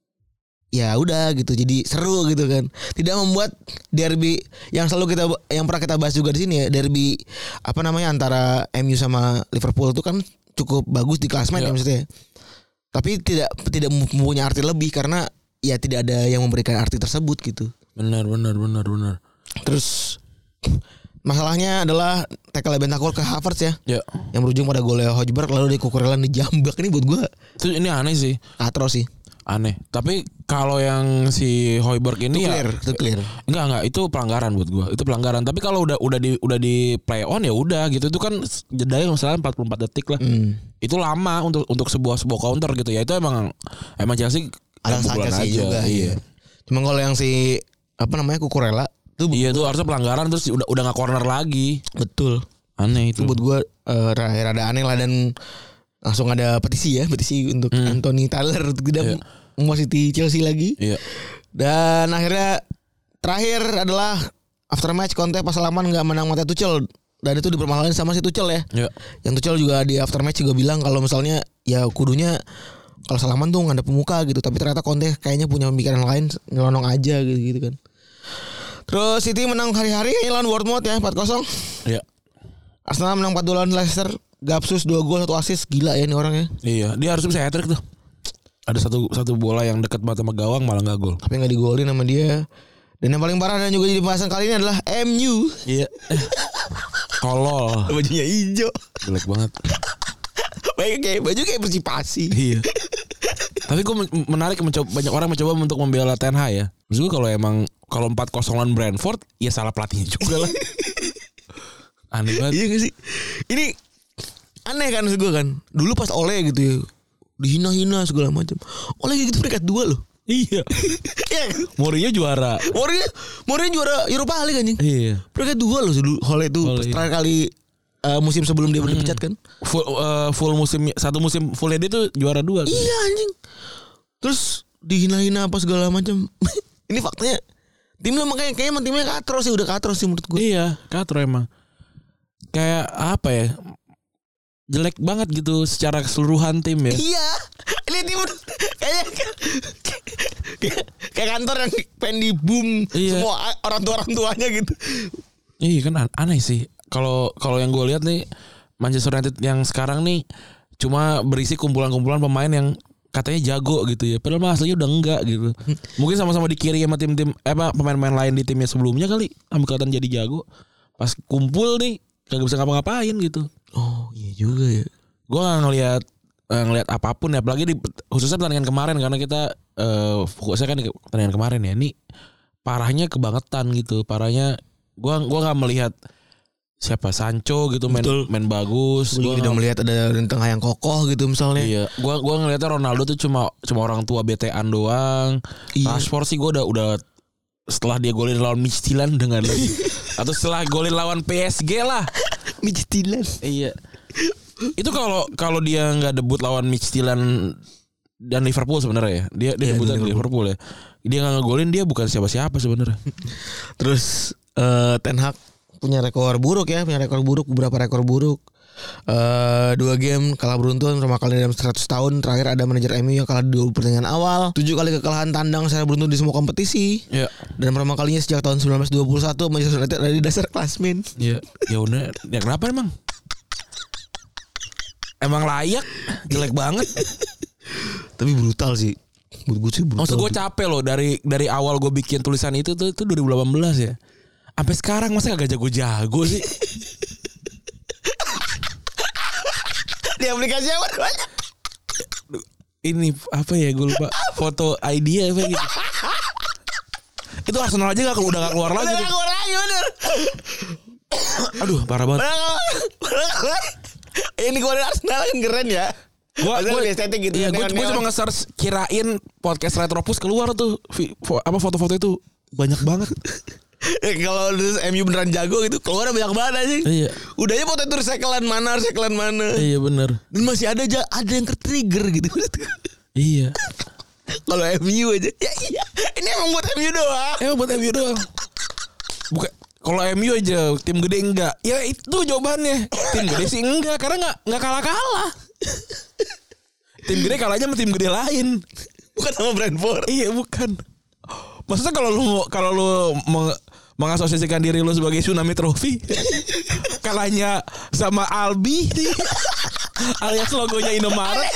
ya udah gitu, jadi seru gitu kan. Tidak membuat derby yang selalu kita yang pernah kita bahas juga di sini ya, derby apa namanya antara M U sama Liverpool itu kan cukup bagus di klasemen ya, ya maksudnya. Tapi tidak tidak mempunyai arti lebih karena ya tidak ada yang memberikan arti tersebut gitu. Benar benar benar benar. Terus masalahnya adalah tackle Bentancur ke Havertz ya. Ya. Yang berujung pada golnya Hojbjerg lalu di Cucurella dijambak. Ini buat gue itu ini aneh sih. Atros sih. Aneh. Tapi kalau yang si Hojbjerg ini itu ya clear, itu clear. Enggak enggak itu pelanggaran buat gua. Itu pelanggaran. Tapi kalau udah udah di udah di play on ya udah gitu. Itu kan jedanya misalnya empat puluh empat detik lah. Hmm. Itu lama untuk untuk sebuah sebuah counter gitu ya. Itu emang emang Chelsea ada saja sih juga. Iya. Cuma kalau yang si apa namanya Cucurella itu iya tuh harusnya pelanggaran terus udah udah enggak corner lagi. Betul. Aneh itu. Itu buat gua uh, rada aneh lah dan langsung ada petisi ya, petisi untuk hmm. Anthony Taylor untuk tidak yeah. memasuki Chelsea lagi. Iya. Dan akhirnya terakhir adalah after match Conte pas Salaman nggak menang mata Tuchel dan itu dipermasalahkan sama si Tuchel ya. Iya. Yang Tuchel juga di after match juga bilang kalau misalnya ya kudunya kalau Salaman tuh nggak ada pemuka gitu, tapi ternyata Conte kayaknya punya pemikiran lain, nyelonong aja gitu gitu kan. Terus City menang hari-hari kayaknya lawan Bournemouth ya empat kosong. Iya. Arsenal menang empat dua lawan Leicester. Gapsus dua gol satu assist, gila ya ini orangnya. Iya, dia harus bisa hat-trick tuh. Ada satu satu bola yang dekat banget sama gawang malah enggak gol. Tapi enggak digolin sama dia. Dan yang paling parah dan juga jadi pembahasan kali ini adalah M U. Iya. Tolol. Bajunya hijau. Jelek banget. Baik kayak baju kayak Persipasi. Iya. Tapi gue menarik mencoba, banyak orang mencoba untuk membela Ten Hag ya. Maksud gue kalau emang kalau empat kosong lawan Brentford, ya salah pelatihnya juga lah. Aneh banget. Iya gak sih? Ini aneh kan maksud gue kan. Dulu pas Ole gitu ya, dihina-hina segala macam. Ole gitu peringkat dua loh. Iya. Mourinho juara. Mourinho Mourinho juara Europa League anjing. Iya. Peringkat dua loh dulu Ole itu terakhir kali uh, musim sebelum dia dipecat kan. Full uh, full musim satu musim full dia itu juara dua. Iya anjing. Terus dihina-hina apa segala macam. Ini faktanya timnya makanya kayaknya timnya katro sih, udah katro sih menurut gue. Iya, katro emang. Kayak apa ya? Jelek banget gitu secara keseluruhan tim ya. Iya. Ini tim kayak kayak kantor yang pengen di boom iya. Semua orang tua orang tuanya gitu. Iya kan aneh sih. Kalau kalau yang gue lihat nih Manchester United yang sekarang nih cuma berisi kumpulan-kumpulan pemain yang katanya jago gitu ya. Padahal mah aslinya udah enggak gitu. Mungkin sama-sama di kiri sama tim-tim eh, apa pemain-pemain lain di timnya sebelumnya kali ambil kelihatan jadi jago. Pas kumpul nih kagak bisa ngapa-ngapain gitu. Oh iya juga ya. Gue gak ngelihat uh, ngelihat apapun ya, apalagi di khususnya pertandingan kemarin karena kita uh, fokusnya kan di pertandingan kemarin ya. Ini parahnya kebangetan gitu. Parahnya gue gua nggak melihat siapa Sancho gitu main Betul. main bagus. Gue tidak melihat ada tengah yang kokoh gitu misalnya. Iya. Gue gua ngelihatnya Ronaldo tuh cuma cuma orang tua B T-an doang. Iya. Rashford sih gue udah udah setelah dia golin lawan Midtjylland dengan lagi. Atau setelah golin lawan P S G lah. Midtjylland. Iya. Itu kalau kalau dia nggak debut lawan Midtjylland dan Liverpool sebenarnya ya. Dia dia yeah, debut di Liverpool ya. Dia nggak ngegolin, dia bukan siapa-siapa sebenarnya. Terus uh, Ten Hag punya rekor buruk ya, punya rekor buruk, beberapa rekor buruk. Uh, dua game kalah beruntun pertama kali dalam seratus tahun. Terakhir ada manajer M U yang kalah di dua pertandingan awal. Tujuh kali kekalahan tandang secara beruntun di semua kompetisi. Yeah. Dan pertama kalinya sejak tahun sembilan belas dua puluh satu Manchester United ada di dasar klasmen. Iya. Yeah. Ya udah, ya kenapa emang? Emang layak, jelek banget. Tapi brutal sih. Gue sih brutal. Maksud gue capek loh dari dari awal gue bikin tulisan itu tuh itu dua ribu delapan belas ya. Sampai sekarang masa kagak jago-jago sih? Di aplikasi apa banyak? Ini apa ya gue lupa. Foto I D apa gitu. Itu Arsenal aja gak, udah gak keluar lagi. Udah gak keluar lagi bener. Aduh parah banget. Ini keluarin Arsenal kan keren ya. Gua gua estetik gitu. Iya, gua, gua cuma nge-search kirain podcast Retropus keluar tuh apa foto-foto itu banyak banget. Kalau M U beneran jago gitu keluar banyak banget aja. Iya. Udahnya foto itu recyclean mana, recyclean mana. Iya benar. Dan masih ada aja ada yang ke-trigger gitu. Iya. Kalau M U aja. Ya iya. Ini emang buat M U doang. Emang buat M U doang. Bukan kalau M U aja tim gede enggak. Ya itu jawabannya. Tim gede sih enggak karena enggak enggak kalah-kalah. Tim gede kalahnya sama tim gede lain. Bukan sama Brentford. Iya, bukan. Maksudnya kalau lu kalau lu meng, mengasosiasikan diri lu sebagai Tsunami Trophy kalahnya sama Albi alias logonya Indomaret.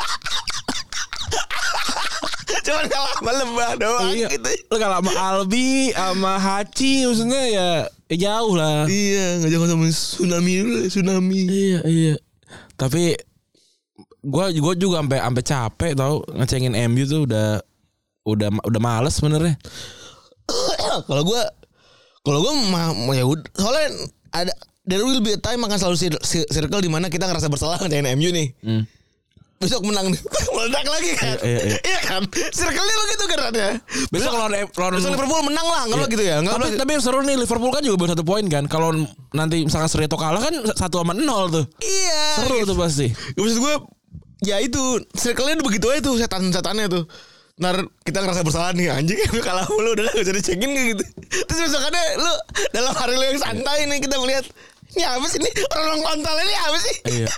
Cuman kalah sama Lebah doang iya. gitu. Lu kalah sama Albi sama Hachi maksudnya ya, ya jauh lah. Iya, enggak jauh sama Tsunami Tsunami. Iya, iya. Tapi gua gua juga sampai sampai capek tau ngecengin M U tuh udah udah udah males sebenarnya. Kalau gue kalau gue mah ya udah soalnya ada there will be a time akan selalu circle di mana kita ngerasa bersalah ngecengin M U nih. Hmm. Besok menang meledak lagi kan. Iya, iya, iya. Iya kan? Circle-nya begitu kan ya. Besok kalau besok Liverpool menang lah, enggak iya. gitu ya. Tapi, tapi yang seru nih Liverpool kan juga baru satu poin kan. Kalau nanti misalkan Serieto kalah kan satu sama nol tuh. Iya. Seru gitu. Tuh pasti. Maksud gue ya itu circle-nya begitu aja tuh setan-setannya tuh. Ntar kita ngerasa bersalah nih anjing kalah mulu udah lah gak usah dicengin kayak gitu. Terus besokannya lu dalam hari lu yang santai nih kita melihat ini apa sih ini orang kontol ini apa sih? Iya.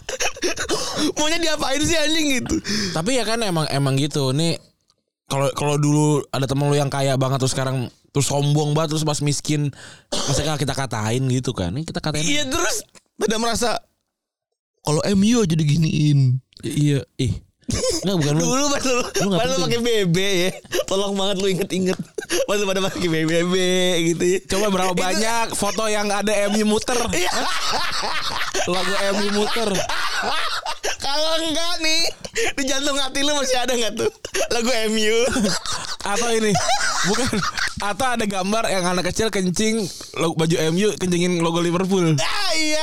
Maunya diapain sih anjing gitu. Tapi ya kan emang emang gitu nih. Kalau kalau dulu ada temen lu yang kaya banget terus sekarang terus sombong banget terus pas miskin masa kita katain gitu kan. Ini kita katain. Iya terus pada merasa kalau M U aja diginiin. Iya, ih. Enggak bukan lu. Dulu pas lu, lu pas lu pakai B B ya. Tolong banget lu inget-inget. Pas lu pada pakai B B gitu ya. Coba berapa banyak foto yang ada M U muter. Lagu M U muter. Kalau enggak nih di jantung hati lu masih ada enggak tuh lagu M U? Atau ini bukan atau ada gambar yang anak kecil kencing baju M U kencingin logo Liverpool. Ah iya.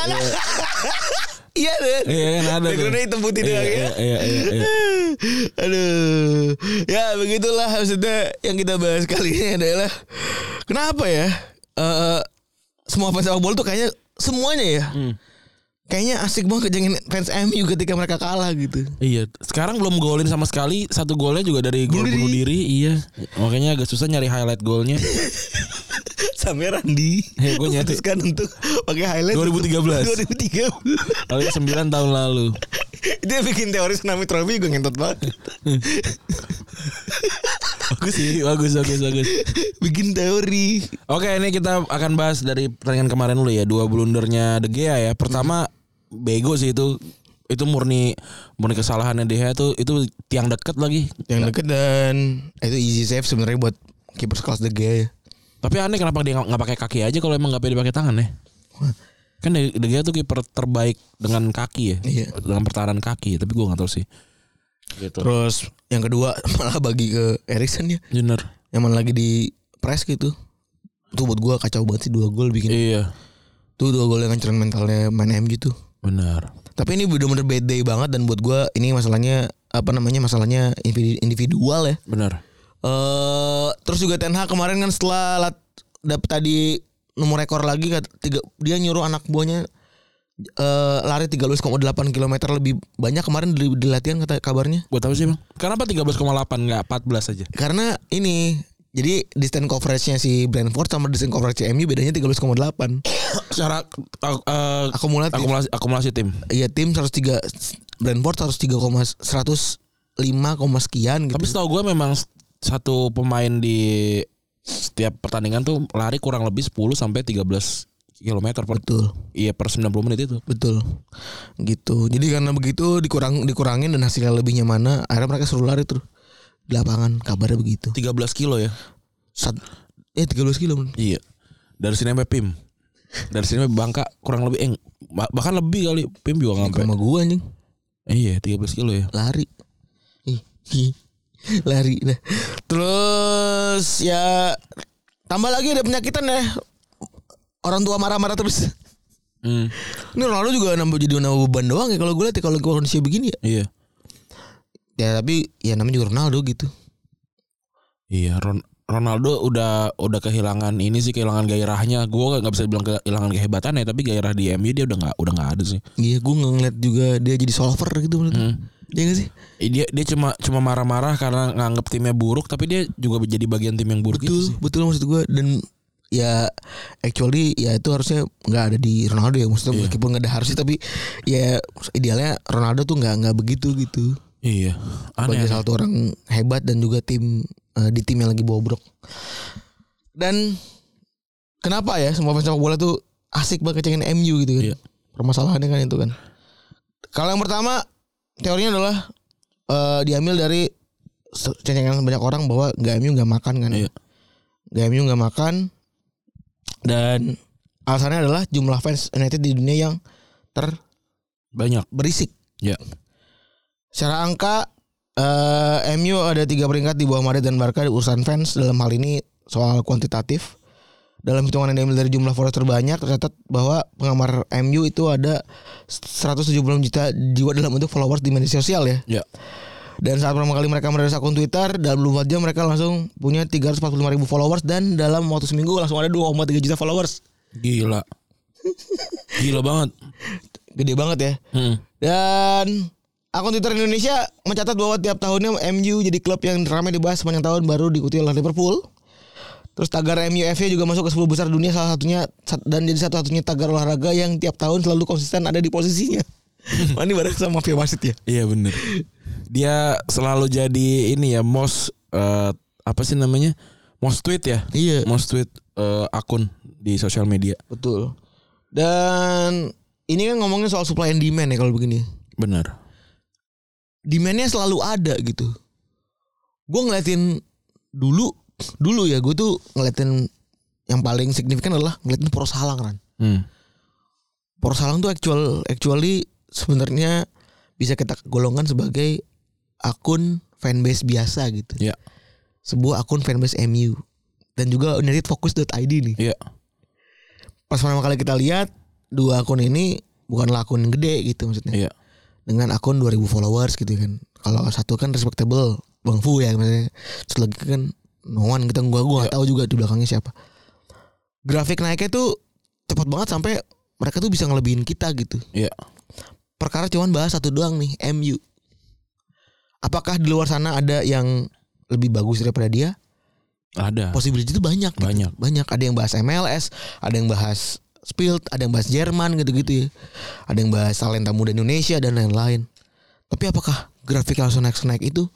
Iya deh. Iya kan ada. Backgroundnya hitam putih doang ya. Iya iya iya. Aduh. Ya begitulah maksudnya yang kita bahas kali ini adalah kenapa ya uh, semua fans sepak bola tuh kayaknya semuanya ya. Hmm. Kayaknya asik banget kejengin fans M U ketika mereka kalah gitu. Iya. Sekarang belum golin sama sekali. Satu golnya juga dari gol bunuh diri. Iya. Makanya agak susah nyari highlight golnya. Sampai Randi hey, gue nyatuskan untuk pakai highlight dua ribu tiga belas dua ribu tiga belas Lalu sembilan tahun lalu. Itu yang bikin teori Tsunami Trophy gue ngentot banget. Bagus sih, bagus, bagus, bagus. Bikin teori. Oke, ini kita akan bahas dari pertandingan kemarin dulu ya. Dua blundernya De Gea ya. Pertama bego sih itu. Itu murni murni kesalahannya De Gea tuh. Itu tiang deket lagi. Tiang deket dan itu easy save sebenarnya buat kiper sekelas De Gea ya. Tapi aneh kenapa dia nggak pakai kaki aja kalau emang nggak pede pakai tangan ya? Kan De Gea tuh kiper terbaik dengan kaki ya, iya. Dengan pertahanan kaki. Tapi gue nggak tahu sih. Gitu. Terus yang kedua malah bagi ke Eriksen ya. Bener. Yang mana lagi di press gitu. Itu buat gue kacau banget sih dua gol bikin. Iya. Tuh dua gol yang ngancurin mentalnya main M U tuh. Benar. Tapi ini bener-bener bad day banget dan buat gue ini masalahnya apa namanya masalahnya individual ya. Benar. Uh, terus juga Ten Hag kemarin kan setelah lat, dapet tadi nomor rekor lagi tiga, dia nyuruh anak buahnya uh, lari tiga belas koma delapan kilometer lebih banyak kemarin di, di latihan kata kabarnya. Buat apa sih bang? Kenapa tiga belas koma delapan nggak empat belas aja? Karena ini jadi distance coveragenya si Brentford sama distance coverage M U bedanya tiga belas koma delapan. Secara uh, akumulasi, akumulasi akumulasi tim. Iya tim seratus tiga Brentford seratus tiga, seratus lima, sekian gitu. Tapi setahu gue memang satu pemain di setiap pertandingan tuh lari kurang lebih sepuluh sampai tiga belas kilometer per. Betul. Iya per sembilan puluh menit itu. Betul. Gitu. Jadi karena begitu dikurang dikurangin dan hasilnya lebihnya mana, akhirnya mereka suruh lari terus di lapangan. Kabarnya begitu. tiga belas kilo ya. Sat, eh tiga belas kilo. Iya. Dari sini sampai P I M. Dari sini sampai Bangka kurang lebih eh bahkan lebih kali. P I M juga ngampe. Sama gua anjing. Eh, iya, tiga belas kilo ya. Lari. Ih. Lari dah. Terus ya tambah lagi ada penyakitan ya. Orang tua marah-marah terus. Hmm. Ini Ronaldo juga nambah jadi nambah beban doang ya kalau gue lihat ya, kalau kondisi begini ya. Iya. Ya tapi ya namanya juga Ronaldo gitu. Iya, Ron Ronaldo udah udah kehilangan ini sih, kehilangan gairahnya. Gue nggak bisa bilang kehilangan kehebatannya, tapi gairah di M U dia udah nggak udah nggak ada sih. Iya, gue ngeliat juga dia jadi solver gitu menurut. Hmm. Iya gak sih? Dia dia cuma cuma marah-marah karena nganggep timnya buruk, tapi dia juga jadi bagian tim yang buruk. Betul, gitu sih. Betul maksud gue. Dan ya actually ya itu harusnya nggak ada di Ronaldo ya, maksudnya yeah. Meskipun nggak ada harusnya, tapi ya idealnya Ronaldo tuh nggak nggak begitu gitu. Iya. Sebagai salah satu orang hebat dan juga tim uh, di tim yang lagi bobrok. Dan kenapa ya semua fans sepak bola tuh asik banget ngecengin M U gitu kan? Iya. Permasalahannya kan itu kan. Kalau yang pertama teorinya adalah uh, diambil dari cengengan banyak orang bahwa nggak M U nggak makan kan? Iya. Nggak M U nggak makan. Dan alasannya adalah jumlah fans United di dunia yang ter banyak berisik. Ya. Secara angka uh, M U ada tiga peringkat di bawah Madrid dan Barca di urusan fans. Dalam hal ini soal kuantitatif. Dalam hitungan yang diambil dari jumlah followers terbanyak tercatat bahwa penggemar M U itu ada seratus tujuh puluh juta jiwa dalam bentuk followers di media sosial ya. Ya. Dan saat pertama kali mereka merilis akun Twitter, dalam dua puluh empat jam mereka langsung punya tiga ratus empat puluh lima ribu followers, dan dalam waktu seminggu langsung ada dua koma tiga juta followers. Gila. Gila banget. Gede banget ya. Hmm. Dan akun Twitter Indonesia mencatat bahwa tiap tahunnya M U jadi klub yang ramai dibahas sepanjang tahun, baru diikuti oleh Liverpool. Terus tagar M U F C juga masuk ke sepuluh besar dunia salah satunya, dan jadi satu-satunya tagar olahraga yang tiap tahun selalu konsisten ada di posisinya. Wah, ini bareng sama mafia wasit ya. Iya benar. Dia selalu jadi ini ya, most uh, apa sih namanya? Most tweet ya? Iya. Most tweet uh, akun di sosial media. Betul. Dan ini kan ngomongin soal supply and demand ya kalau begini. Benar. Demand-nya selalu ada gitu. Gue ngeliatin dulu dulu ya, gue tuh ngeliatin yang paling signifikan adalah ngeliatin Poros Halang kan. Hmm. Poros Halang tuh actual actually sebenarnya bisa kita golongkan sebagai akun fanbase biasa gitu. Iya. Sebuah akun fanbase M U dan juga united focus dot I D nih. Iya. Pas pertama kali kita lihat dua akun ini bukanlah akun gede gitu maksudnya. Iya. Dengan akun dua ribu followers gitu kan. Kalau satu kan respectable, Bang Fu ya maksudnya. Terus lagi kan no one, kita gua gua enggak tahu juga di belakangnya siapa. Grafik naiknya tuh cepat banget sampai mereka tuh bisa ngelebihin kita gitu. Iya. Perkara cuman bahas satu doang nih, M U. Apakah di luar sana ada yang lebih bagus daripada dia? Ada. Possibility itu banyak. Banyak. Gitu. Banyak. Ada yang bahas M L S, ada yang bahas Spilt, ada yang bahas Jerman gitu-gitu ya. Ada yang bahas talenta muda Indonesia dan lain-lain. Tapi apakah grafik langsung naik-naik itu?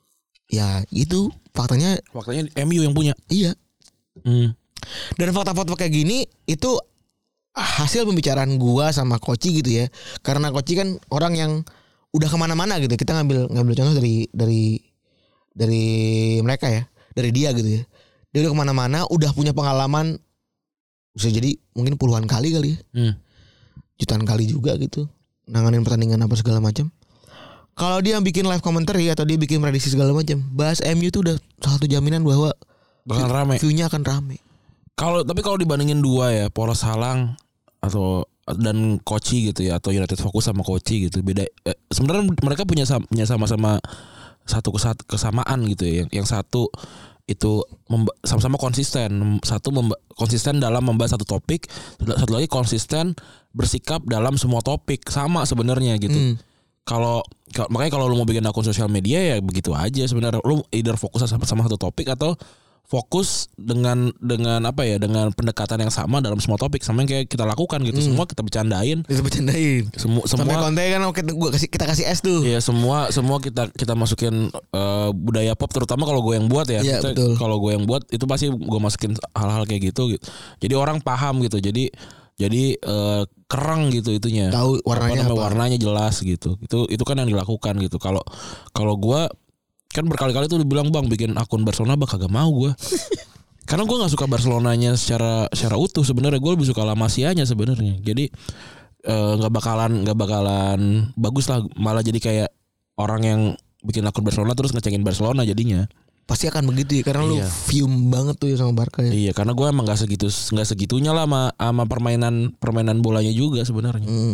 Ya itu faktanya. Faktanya M U yang punya. Iya. Hmm. Dan fakta-fakta kayak gini itu hasil pembicaraan gua sama Koci gitu ya. Karena Koci kan orang yang udah kemana-mana gitu. Kita ngambil ngambil contoh dari dari dari mereka ya, dari dia gitu ya. Dia udah kemana-mana, udah punya pengalaman, bisa jadi mungkin puluhan kali kali ya, hmm. jutaan kali juga gitu, nanganin pertandingan apa segala macam. Kalau dia bikin live commentary atau dia bikin prediksi segala macam, bahas M U itu udah salah satu jaminan bahwa bakal rame. View-nya akan rame. Kalau tapi kalau dibandingin dua ya, Poros Halang atau dan Koci gitu ya, atau United Focus sama Koci gitu, beda. Eh, sebenarnya mereka punya punya sama-sama satu kesamaan gitu ya. Yang, yang satu itu memba, sama-sama konsisten, satu memba, konsisten dalam membahas satu topik, satu lagi konsisten bersikap dalam semua topik, sama sebenarnya gitu. Hmm. Kalau makanya kalau lu mau bikin akun sosial media ya begitu aja sebenarnya, lu either fokus sama sama satu topik atau fokus dengan dengan apa ya, dengan pendekatan yang sama dalam semua topik, sama yang kayak kita lakukan gitu. Hmm. Semua kita bercandain. Kita bercandain. Semua semua sampai konten kan kita gua kasih kita kasih es tuh. Iya, semua semua kita kita masukin uh, budaya pop, terutama kalau gue yang buat ya. Ya kalau gue yang buat itu pasti gue masukin hal-hal kayak gitu gitu. Jadi orang paham gitu. Jadi jadi uh, kerang gitu itunya. Tahu warnanya apa, apa? Warnanya jelas gitu. Itu itu kan yang dilakukan gitu. Kalau kalau gue kan berkali-kali tuh dibilang, bang bikin akun Barcelona, bang kagak mau gue. Karena gue nggak suka Barcelonanya secara secara utuh sebenarnya. Gue lebih suka La Masia-nya sebenarnya. Jadi nggak uh, bakalan nggak bakalan bagus lah, malah jadi kayak orang yang bikin akun Barcelona terus ngecengin Barcelona jadinya. pasti akan begitu ya karena iya. lu fume banget tuh ya sama Barca ya. Iya, karena gue emang nggak segitu nggak segitunya lah sama, sama permainan permainan bolanya juga sebenarnya. Hmm.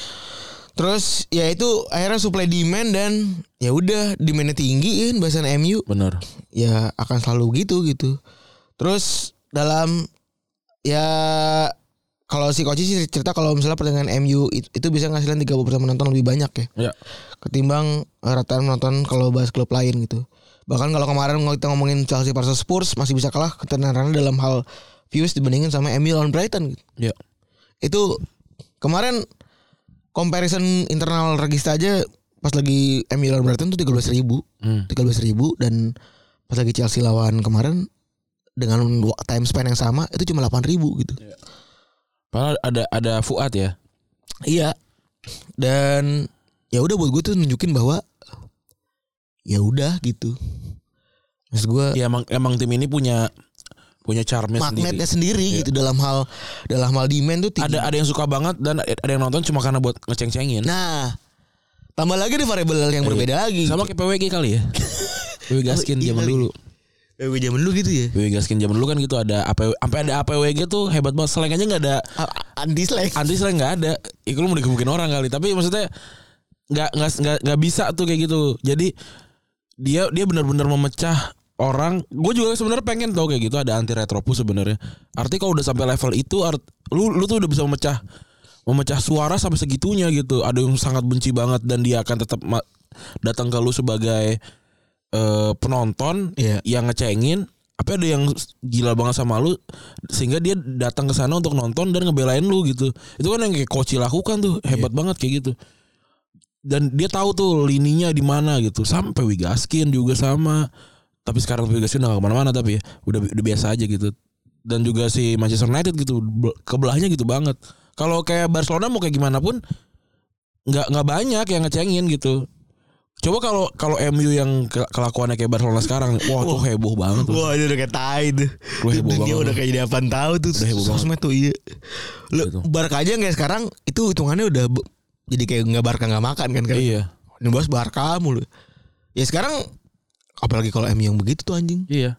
Terus ya itu akhirnya supply demand dan ya udah demandnya tinggi kan bahasan M U. Benar. Ya akan selalu gitu gitu. Terus dalam ya kalau si Koci sih cerita kalau misalnya pertandingan M U itu, itu bisa ngasilin tiga puluh persen penonton lebih banyak ya. Ya. Ketimbang rata penonton kalau bahas klub lain gitu. Bahkan kalau kemarin kita ngomongin Chelsea versus Spurs masih bisa kalah ketenarannya dalam hal views dibandingin sama M U lawan Brighton gitu. Ya. Itu kemarin comparison internal Regista aja pas lagi M U lawan Brighton tuh tiga belas ribu hmm. tiga belas ribu dan pas lagi Chelsea lawan kemarin dengan time span yang sama itu cuma delapan ribu gitu. Ya. Padahal ada ada Fuad ya. Iya. Dan ya udah buat gue tuh nunjukin bahwa ya udah gitu. Maksud gue ya emang emang tim ini punya punya charmnya sendiri. Magnetnya sendiri ya. Gitu dalam hal dalam hal demand tuh tinggi. Ada ada yang suka banget dan ada yang nonton cuma karena buat ngeceng-cengin. Nah, tambah lagi di variabel yang berbeda iya. lagi. Sama kayak P W G kali ya. P W G Gaskin zaman dulu. P W G zaman dulu gitu ya. P W G Gaskin zaman dulu kan gitu ada apa sampai ada A P W G tuh hebat banget. Slang aja enggak ada. Anti slang. Anti slang enggak ada. Itu lu mau digebukin orang kali, tapi maksudnya enggak enggak enggak bisa tuh kayak gitu. Jadi dia dia benar-benar memecah orang. Gue juga sebenarnya pengen tau kayak gitu ada anti retropus sebenarnya. Artinya kalau udah sampai level itu art, lu lu tuh udah bisa memecah memecah suara sampai segitunya gitu. Ada yang sangat benci banget dan dia akan tetap ma- datang ke lu sebagai uh, penonton yeah. yang ngecengin. Apa ada yang gila banget sama lu sehingga dia datang ke sana untuk nonton dan ngebelain lu gitu. Itu kan yang kayak Koci lakukan tuh hebat yeah. banget kayak gitu. Dan dia tahu tuh lininya di mana gitu. Sampai Wigaskin juga sama. Tapi sekarang Wigaskin udah gak kemana-mana tapi ya udah udah biasa aja gitu. Dan juga si Manchester United gitu kebelahnya gitu banget. Kalau kayak Barcelona mau kayak gimana pun nggak nggak banyak yang ngecengin gitu. Coba kalau kalau M U yang kelakuannya kayak Barcelona sekarang, wah tuh heboh banget tuh. Wah itu udah kayak tai tuh. Dia udah kayak jadi apaan tahu tuh. Sosmed tuh iya. Lu Barca aja nggak sekarang itu hitungannya udah jadi kayak nggak Barca nggak makan kan kan. Iya. Ini bos Barca mulu. Ya sekarang apalagi kalau M U yang begitu tuh anjing. Iya.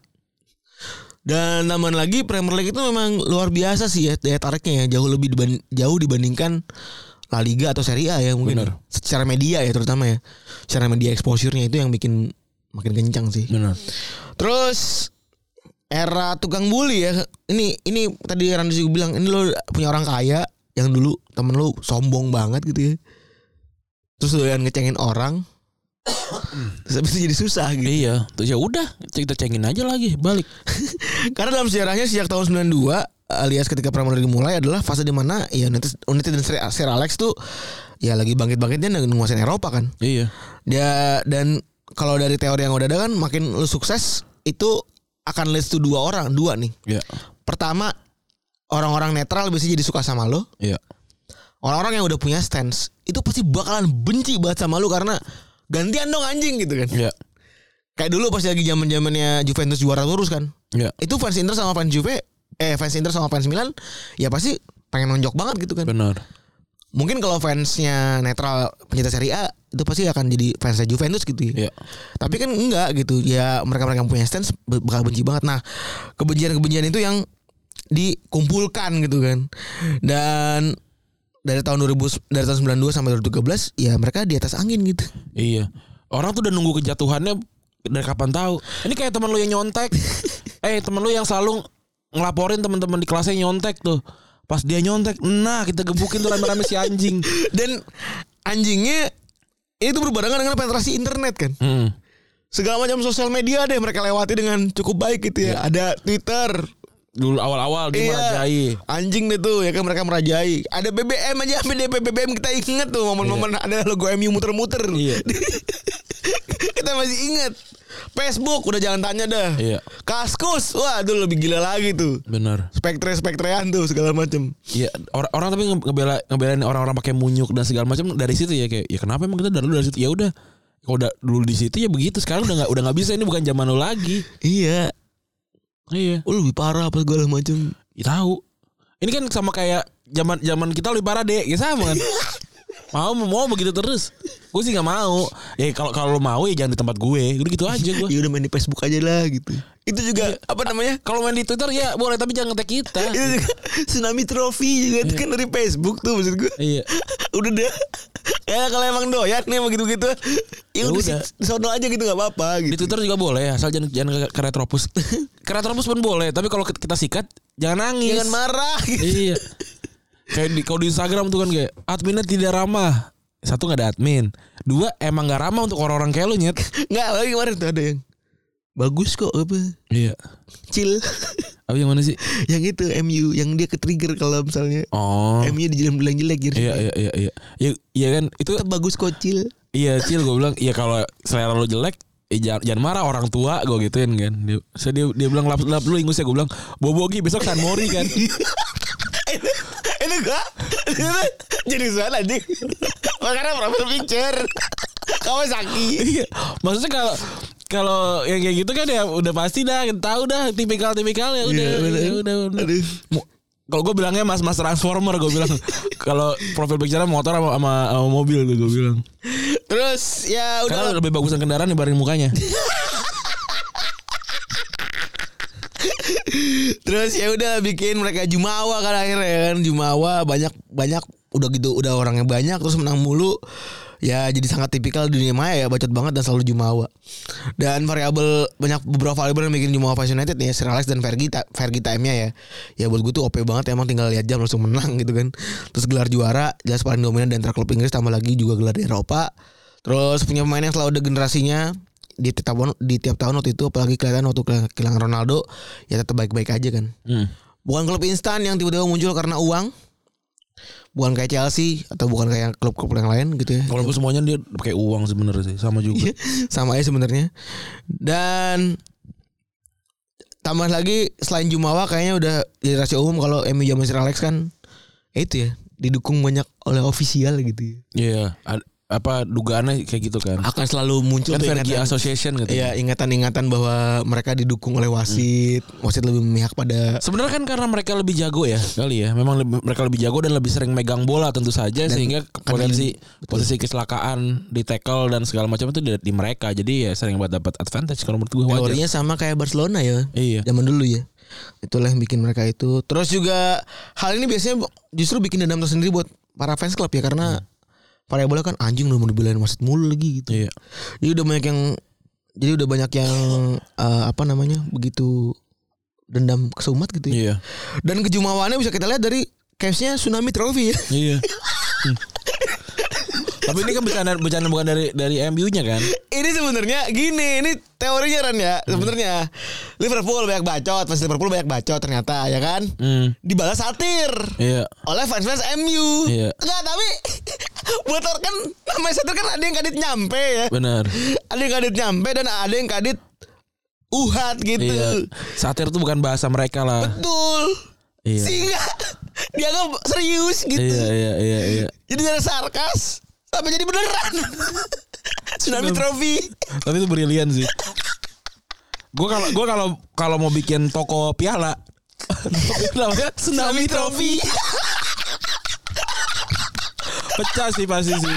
Dan tambahan lagi Premier League itu memang luar biasa sih ya daya tariknya ya, jauh lebih diban- jauh dibandingkan La Liga atau Serie A ya mungkin. Bener. Secara media ya terutama ya. Secara media exposure-nya itu yang bikin makin kencang sih. Benar. Terus era tukang bully ya. Ini ini tadi Randy juga bilang ini lo punya orang kaya yang dulu temen lo sombong banget gitu ya. Terus lo yang ngecengin orang. Terus habis itu jadi susah gitu. Iya, terus ya udah kita cengin aja lagi balik. Karena dalam sejarahnya sejak tahun sembilan puluh dua alias ketika Premier League dimulai adalah fase di mana ya United, United dan Sir Alex tuh ya lagi bangkit-bangkitnya menguasai Eropa kan. Iya. Dia dan kalau dari teori yang udah ada kan makin lu sukses itu akan leads to dua orang, dua nih. Iya. Pertama orang-orang netral bisa jadi suka sama lo. Iya. Orang-orang yang udah punya stance itu pasti bakalan benci banget sama lu karena gantian dong anjing gitu kan. Iya. Kayak dulu pas lagi zaman-zamannya Juventus juara terus kan. Iya. Itu fans Inter sama fans Juve, eh fans Inter sama fans Milan ya pasti pengen nonjok banget gitu kan. Benar. Mungkin kalau fansnya netral pencinta Serie A itu pasti akan jadi fansnya Juventus gitu ya. Iya. Tapi kan enggak gitu. Ya mereka-mereka yang punya stance bakal benci banget. Nah, kebencian-kebencian itu yang dikumpulkan gitu kan. Dan dari tahun dua ribu dari tahun sembilan puluh dua sampai dua ribu tiga belas ya mereka di atas angin gitu. Iya. Orang tuh udah nunggu kejatuhannya dari kapan tahu. Ini kayak teman lu yang nyontek. eh teman lu yang selalu ngelaporin teman-teman di kelasnya nyontek tuh. Pas dia nyontek, nah kita gebukin tuh rame-rame si anjing. Dan anjingnya itu berbarengan dengan penetrasi internet kan. Hmm. Segala macam sosial media deh mereka lewati dengan cukup baik gitu ya. Yeah. Ada Twitter. Dulu awal-awal dia iya, merajai. Anjing deh tuh ya kan mereka merajai. Ada B B M aja sampai D P B B M kita inget tuh momen-momen iya. Ada logo M U muter-muter. Iya. Kita masih inget. Facebook udah jangan tanya dah. Iya. Kaskus, wah itu lebih gila lagi tuh. Benar. Spektre-spektrean tuh segala macam. Iya, orang orang tapi ngebela ngebelain orang-orang pakai munyuk dan segala macam dari situ ya kayak ya kenapa emang kita dari dulu dari situ ya udah. Kalau udah dulu di situ ya begitu. Sekarang udah enggak udah enggak bisa, ini bukan zaman lu lagi. Iya. Iya. Oh lebih parah apa segala macam. Ya tahu. Ini kan sama kayak zaman zaman kita lebih parah deh, ya sama kan. Mau mau begitu terus. Gue sih nggak mau. Ya kalau kalau lo mau ya jangan di tempat gue. Udah gitu aja gue. Ya udah main di Facebook aja lah gitu. Itu juga ya, apa namanya? Kalau main di Twitter ya boleh tapi jangan nge-tag kita. Itu juga Tsunami Trophy juga itu kan dari Facebook tuh maksud gue. Iya. Udah deh. Ya kalau emang doyan nih begitu-gitu. Ya udah di sono aja gitu enggak apa-apa gitu. Di Twitter juga boleh asal jangan jangan ke, ke Retropus. Ke Retropus pun boleh, tapi kalau kita sikat jangan nangis. Jangan marah gitu. Iya. Kayak di kalau di Instagram tuh kan kayak adminnya tidak ramah. Satu nggak ada admin, dua emang nggak ramah untuk orang-orang kayak lu nyet. Nggak, lagi kemarin tuh ada yang bagus kok apa? Iya. Chill. Apa yang mana sih? Yang itu M U yang dia ke-trigger kalau misalnya oh. M U dibilang jelek gitu. Iya iya iya iya. Iya iya kan itu tetap bagus kok chill. Iya chill gue bilang. Iya kalau selera lu jelek eh, jangan, jangan marah orang tua gue gituin kan. Dia saya dia, dia bilang lap lap lu ingusnya gue bilang bobogi besok San Mori kan. Itu gua jadi soal anjing. Makanya profil picture kamu sakit. Iya. Maksudnya kalau kalau yang kayak gitu kan ya udah pasti dah tahu dah tipikal-tipikal ya udah ya, udah udah. Kalau gue bilangnya mas-mas transformer gue bilang. Kalau profil picture motor sama, sama, sama mobil tuh gue bilang. Terus ya udah. Karena lebih bagusan kendaraan dibanding mukanya. Terus ya udah bikin mereka jumawa kan akhirnya kan jumawa banyak banyak udah gitu udah orangnya banyak terus menang mulu ya jadi sangat tipikal dunia maya ya bacot banget dan selalu jumawa dan variabel banyak beberapa variabel yang bikin jumawa Fans United nih Sir Alex dan Fergie Fergie time-nya ya ya buat gue tuh O P banget emang tinggal lihat jam langsung menang gitu kan terus gelar juara jelas paling dominan di antara klub Inggris tambah lagi juga gelar di Eropa terus punya pemain yang selalu ada generasinya di tiap tahun di tiap tahun waktu itu apalagi kelihatan waktu kehilangan Ronaldo ya tetap baik-baik aja kan hmm. Bukan klub instan yang tiba-tiba muncul karena uang bukan kayak Chelsea atau bukan kayak klub-klub yang lain gitu ya walaupun semuanya dia pakai uang sebenarnya sih sama juga sama aja sebenarnya dan tambah lagi selain Jumawa kayaknya udah jadi rahasia umum kalau M U zaman Sir Alex kan itu ya didukung banyak oleh ofisial gitu ya iya yeah. Apa dugaannya kayak gitu kan akan selalu muncul kan Fergie Association gitu ya ingatan-ingatan bahwa mereka didukung oleh wasit hmm. wasit lebih memihak pada sebenarnya kan karena mereka lebih jago ya kali ya memang lebih, mereka lebih jago dan lebih sering megang bola tentu saja dan sehingga potensi posisi kecelakaan di tackle dan segala macam itu di, di mereka jadi ya sering buat dapat advantage kalau menurut gue wajar. Teorinya sama kayak Barcelona ya iya. Zaman dulu ya itulah yang bikin mereka itu terus juga hal ini biasanya justru bikin dendam tersendiri buat para fans klub ya karena hmm. variabelnya kan anjing udah mau dibelain wasit mulu lagi gitu. Iya. Jadi udah banyak yang jadi udah banyak yang uh, apa namanya begitu dendam kesumat gitu ya. Iya. Dan kejumawaannya bisa kita lihat dari case-nya Tsunami Trophy ya. Iya. hmm. Tapi ini kan bercanda bercanda bukan dari dari M U-nya kan? Ini sebenarnya gini, ini teorinya Ran ya. Hmm. Sebenarnya Liverpool banyak bacot, fans Liverpool banyak bacot ternyata ya kan? Hmm. Dibalas satir. Iya. Oleh fans-fans M U. Iya. Enggak, tapi buat kan namanya satir kan ada yang kadit nyampe ya. Benar. Ada yang kadit nyampe dan ada yang kadit uhat gitu. Iya. Satir itu bukan bahasa mereka lah. Betul. Iya. Sehingga dianggap serius gitu. Iya iya iya iya. Jadi dari sarkas sampai jadi beneran. Tsunami Trophy. Tapi itu brilian sih. Gue kalau gue kalau kalau mau bikin toko piala namanya Tsunami Trophy. Pecah sih pasti sih.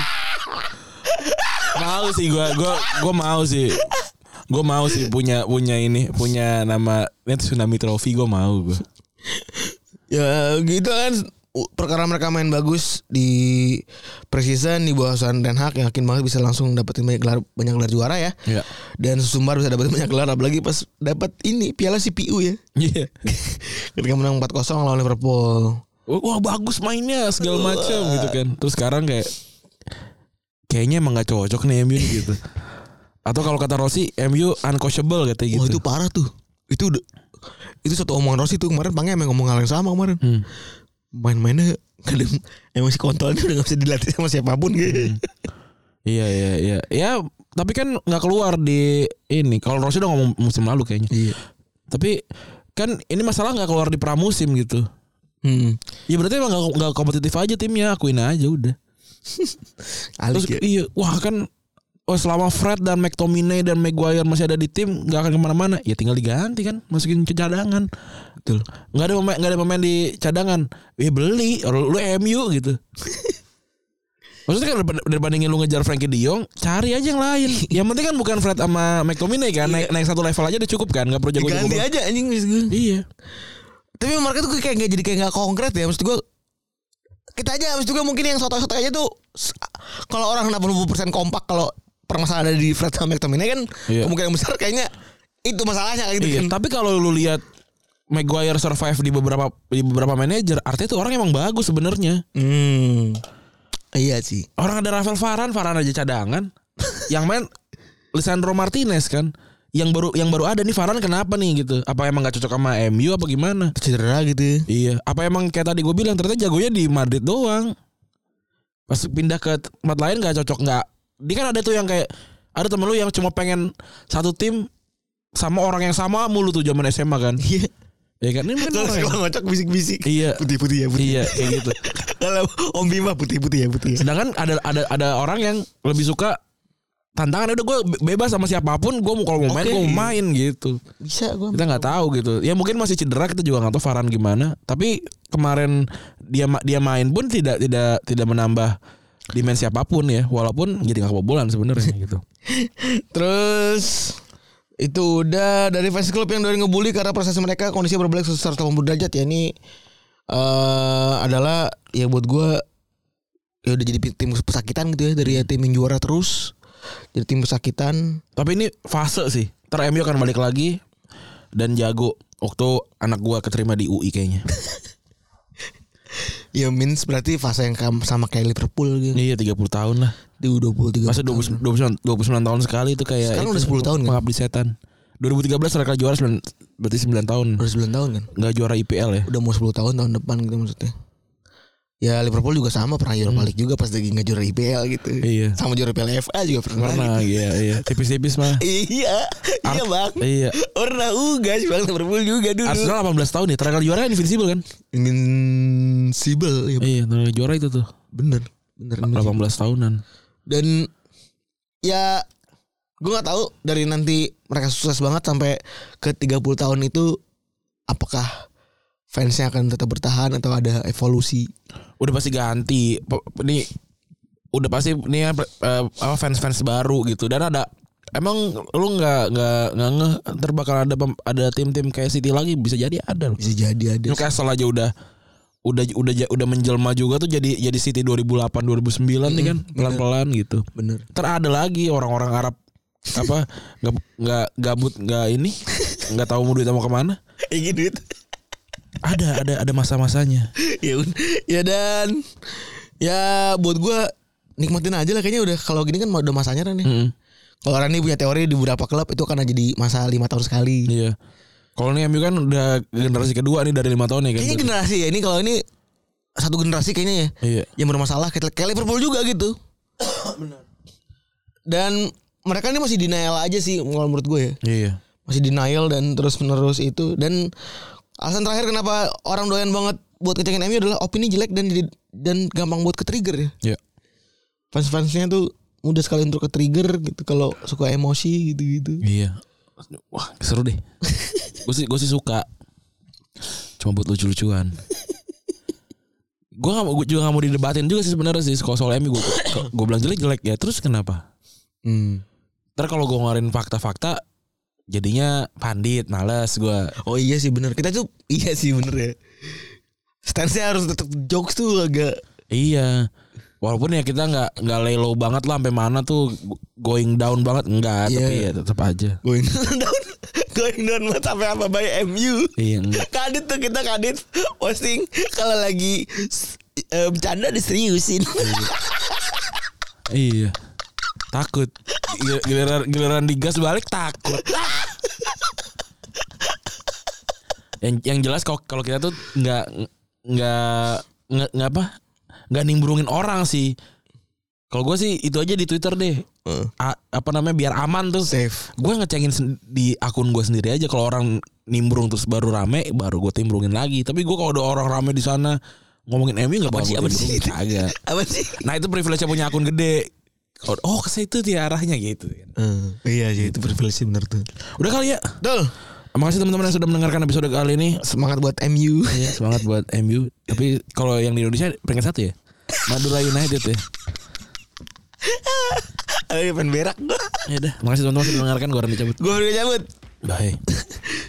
Mau sih gue gue gue mau sih. Gue mau sih punya punya ini punya nama net Tsunami Trophy gue mau gue. Ya gitu kan perkara mereka main bagus di preseason di bawah asuhan Den Haag yang yakin banget bisa langsung dapetin banyak gelar banyak gelar juara ya. Yeah. Dan Sumbar bisa dapetin banyak gelar apalagi pas dapat ini piala C P U ya. Iya. Yeah. Ketika menang empat kosong lawan Liverpool. Wah bagus mainnya segala macam gitu kan. Terus sekarang kayak kayaknya emang gak cocok nih M U gitu. Atau kalau kata Rossi M U uncoachable katanya gitu. Oh itu parah tuh. Itu udah itu satu omongan Rossi tuh kemarin Pange emang ngomong hal yang sama kemarin. Hmm. Main-mainnya kadang emang si kontolnya udah gak bisa dilatih sama siapapun gitu. Hmm. Iya iya iya. Ya tapi kan gak keluar di ini. Kalau Rossi udah ngomong musim lalu kayaknya. Iya. Tapi kan ini masalah gak keluar di pramusim gitu. Hmm. Ya berarti emang gak, gak kompetitif aja timnya. Akuin aja udah. Terus ya? Iya. Wah kan oh selama Fred dan McTominay dan Maguire masih ada di tim nggak akan kemana-mana ya tinggal diganti kan masukin ke cadangan betul nggak ada pemain nggak ada pemain di cadangan ya beli lu M U gitu Maksudnya kan daripada lu ngejar Frankie De Jong, cari aja yang lain. Yang penting kan bukan Fred sama McTominay kan, naik, naik satu level aja udah cukup kan, nggak perlu jago-jago. Ganti aja anjing maksud gue. Iya. Tapi mereka tuh kayak nggak jadi kayak nggak konkret ya, maksud gue. Kita aja maksud gue mungkin yang soto-soto aja tuh, kalau orang enam puluh persen kompak kalau permasalahan ada di Fred sama McTominay kan, iya. Kemungkinan besar kayaknya itu masalahnya gitu. Iya. Kan. Tapi kalau lu lihat Maguire survive di beberapa di beberapa manajer, artinya tuh orang emang bagus sebenarnya. Hmm. Iya sih. Orang ada Rafael Varane, Varane aja cadangan. Yang main Lisandro Martinez kan. Yang baru yang baru ada nih Varane kenapa nih gitu? Apa emang gak cocok sama M U apa gimana? Cedera gitu. Iya. Apa emang kayak tadi gue bilang ternyata jagonya di Madrid doang. Pas pindah ke tempat lain gak cocok nggak? Dia kan ada tuh yang kayak ada temen lu yang cuma pengen satu tim sama orang yang sama mulu tuh zaman S M A kan. Iya. Ya kan ini kan kalau ngocok bisik-bisik. Iya. Putih-putih ya putih. Iya kayak gitu. Kalau Om Bima putih-putih ya putih. Sedangkan ada ada ada orang yang lebih suka tantangan, udah gue bebas sama siapapun, gue mau kalau mau main okay. gue mau main gitu. Bisa gue. Kita nggak tahu gitu. Ya mungkin masih cedera, kita juga nggak tahu Varane gimana. Tapi kemarin dia dia main pun tidak tidak tidak menambah dimensi apapun ya, walaupun jadi nggak kebobolan sebenarnya gitu. Terus itu udah dari fans club yang dari ngebully karena proses mereka kondisi berbalik seratus delapan puluh derajat ya. Ini uh, adalah ya buat gue ya udah jadi tim pesakitan gitu ya, dari ya, tim yang juara terus jadi tim pesakitan. Tapi ini fase sih. Ntar M U akan balik lagi dan jago waktu anak gue keterima di U I kayaknya. Ya means berarti fase yang sama kayak Liverpool gitu. Iya tiga puluh tahun lah. Di U dua puluh tiga. Masa dua puluh sembilan tahun sekali itu kayak sekarang udah sepuluh tahun kan? Pengabdi setan. dua ribu tiga belas mereka juara sembilan, berarti sembilan tahun. Udah sembilan tahun kan? Enggak juara I P L ya. Udah mau sepuluh tahun tahun depan gitu maksudnya. Ya Liverpool juga sama pernah juara balik hmm. juga pas lagi enggak juara I P L gitu. Iya. Sama juara Piala F A juga pernah. Pernah gitu. Iya iya. Tipis-tipis mah. Iya. Art, iya bang. Iya. Pernah ugas bang Liverpool juga dulu. Arsenal delapan belas tahun nih. Terakhir juara Invincible kan? Invincible ya. Iya terakhir juara itu tuh. Bener. Bener. delapan belas tahunan. Dan ya gue nggak tahu dari nanti mereka sukses banget sampai ke tiga puluh tahun itu apakah fansnya akan tetap bertahan atau ada evolusi? Udah pasti ganti. Ini udah pasti ini uh, fans-fans baru gitu. Dan ada emang lu nggak nggak nggak nge ntar bakal ada ada tim-tim kayak City lagi, bisa jadi ada loh. Bisa jadi ada. Newcastle aja udah udah udah udah menjelma juga tuh jadi jadi City dua ribu delapan dua ribu sembilan nih kan pelan-pelan gitu. Bener. Ntar ada lagi orang-orang Arab apa nggak nggak gabut nggak ini nggak tahu mau duit mau kemana. Ingin duit. Ada ada ada masa-masanya. Ya ya dan ya buat gue nikmatin aja lah kayaknya udah kalau gini kan udah masanya kan nih. Mm-hmm. Kalau Rani punya teori di beberapa klub itu akan jadi masa lima tahun sekali. Iya. Kalau nih M U kan udah generasi kedua nih dari lima tahun ya kan. Kayaknya generasi ya ini kalau ini satu generasi kayaknya ya. Iya. Yang bermasalah kayak, kayak Liverpool juga gitu. Benar. Dan mereka ini masih denial aja sih kalau menurut gue ya. Iya. Masih denial dan terus menerus itu. Dan alasan terakhir kenapa orang doyan banget buat ngecengin M U adalah opini jelek dan dan gampang buat ke-trigger ya. Iya. Fans-fansnya tuh mudah sekali untuk ke-trigger gitu kalau suka emosi gitu-gitu. Iya. Wah, seru deh. Gue sih gue sih suka. Cuma buat lucu-lucuan. Gue gak, gue juga gak mau didebatin juga sih sebenarnya sih kalau soal M U. Gue gue bilang jelek-jelek ya. Terus kenapa? Hmm. Ntar kalau gue ngeluarin fakta-fakta jadinya pandit, males gue. Oh iya sih bener. Kita tuh iya sih bener ya. Stance-nya harus tetap jokes tuh agak. Iya. Walaupun ya kita nggak nggak lay low banget lah sampai mana tuh going down banget enggak, yeah. Tapi ya tetap aja. Going down, going down banget sampai apa by M U. Iya. Enggak. Kadit tuh kita kadit posting kalau lagi uh, bercanda diseriusin. Iya. Iya. Takut. Giliran giliran digas balik takut. yang yang jelas kalau kalau kita tuh nggak nggak nggak apa nggak nimbrungin orang sih. Kalau gue sih itu aja di Twitter deh. Uh. A, apa namanya biar aman tuh. Safe. Gue ngecengin sen- di akun gue sendiri aja. Kalau orang nimbrung terus baru rame, baru gue timbrungin lagi. Tapi gue kalau ada orang rame di sana ngomongin M U nggak bakal gue timbrungin. Agak. Apa sih? Nah itu privilege punya akun gede. Oh ke situ dia arahnya gitu. Uh, iya sih itu privilege bener tuh. Udah kali ya. Betul. Makasih teman-teman yang sudah mendengarkan episode kali ini. Semangat buat M U. Iya, semangat buat M U. Tapi kalau yang di Indonesia peringkat satu ya, Madura United ya. Ayo pengen berak. Ya udah, makasih teman-teman sudah mendengarkan. Gue Randy cabut. Gue udah cabut. Bye.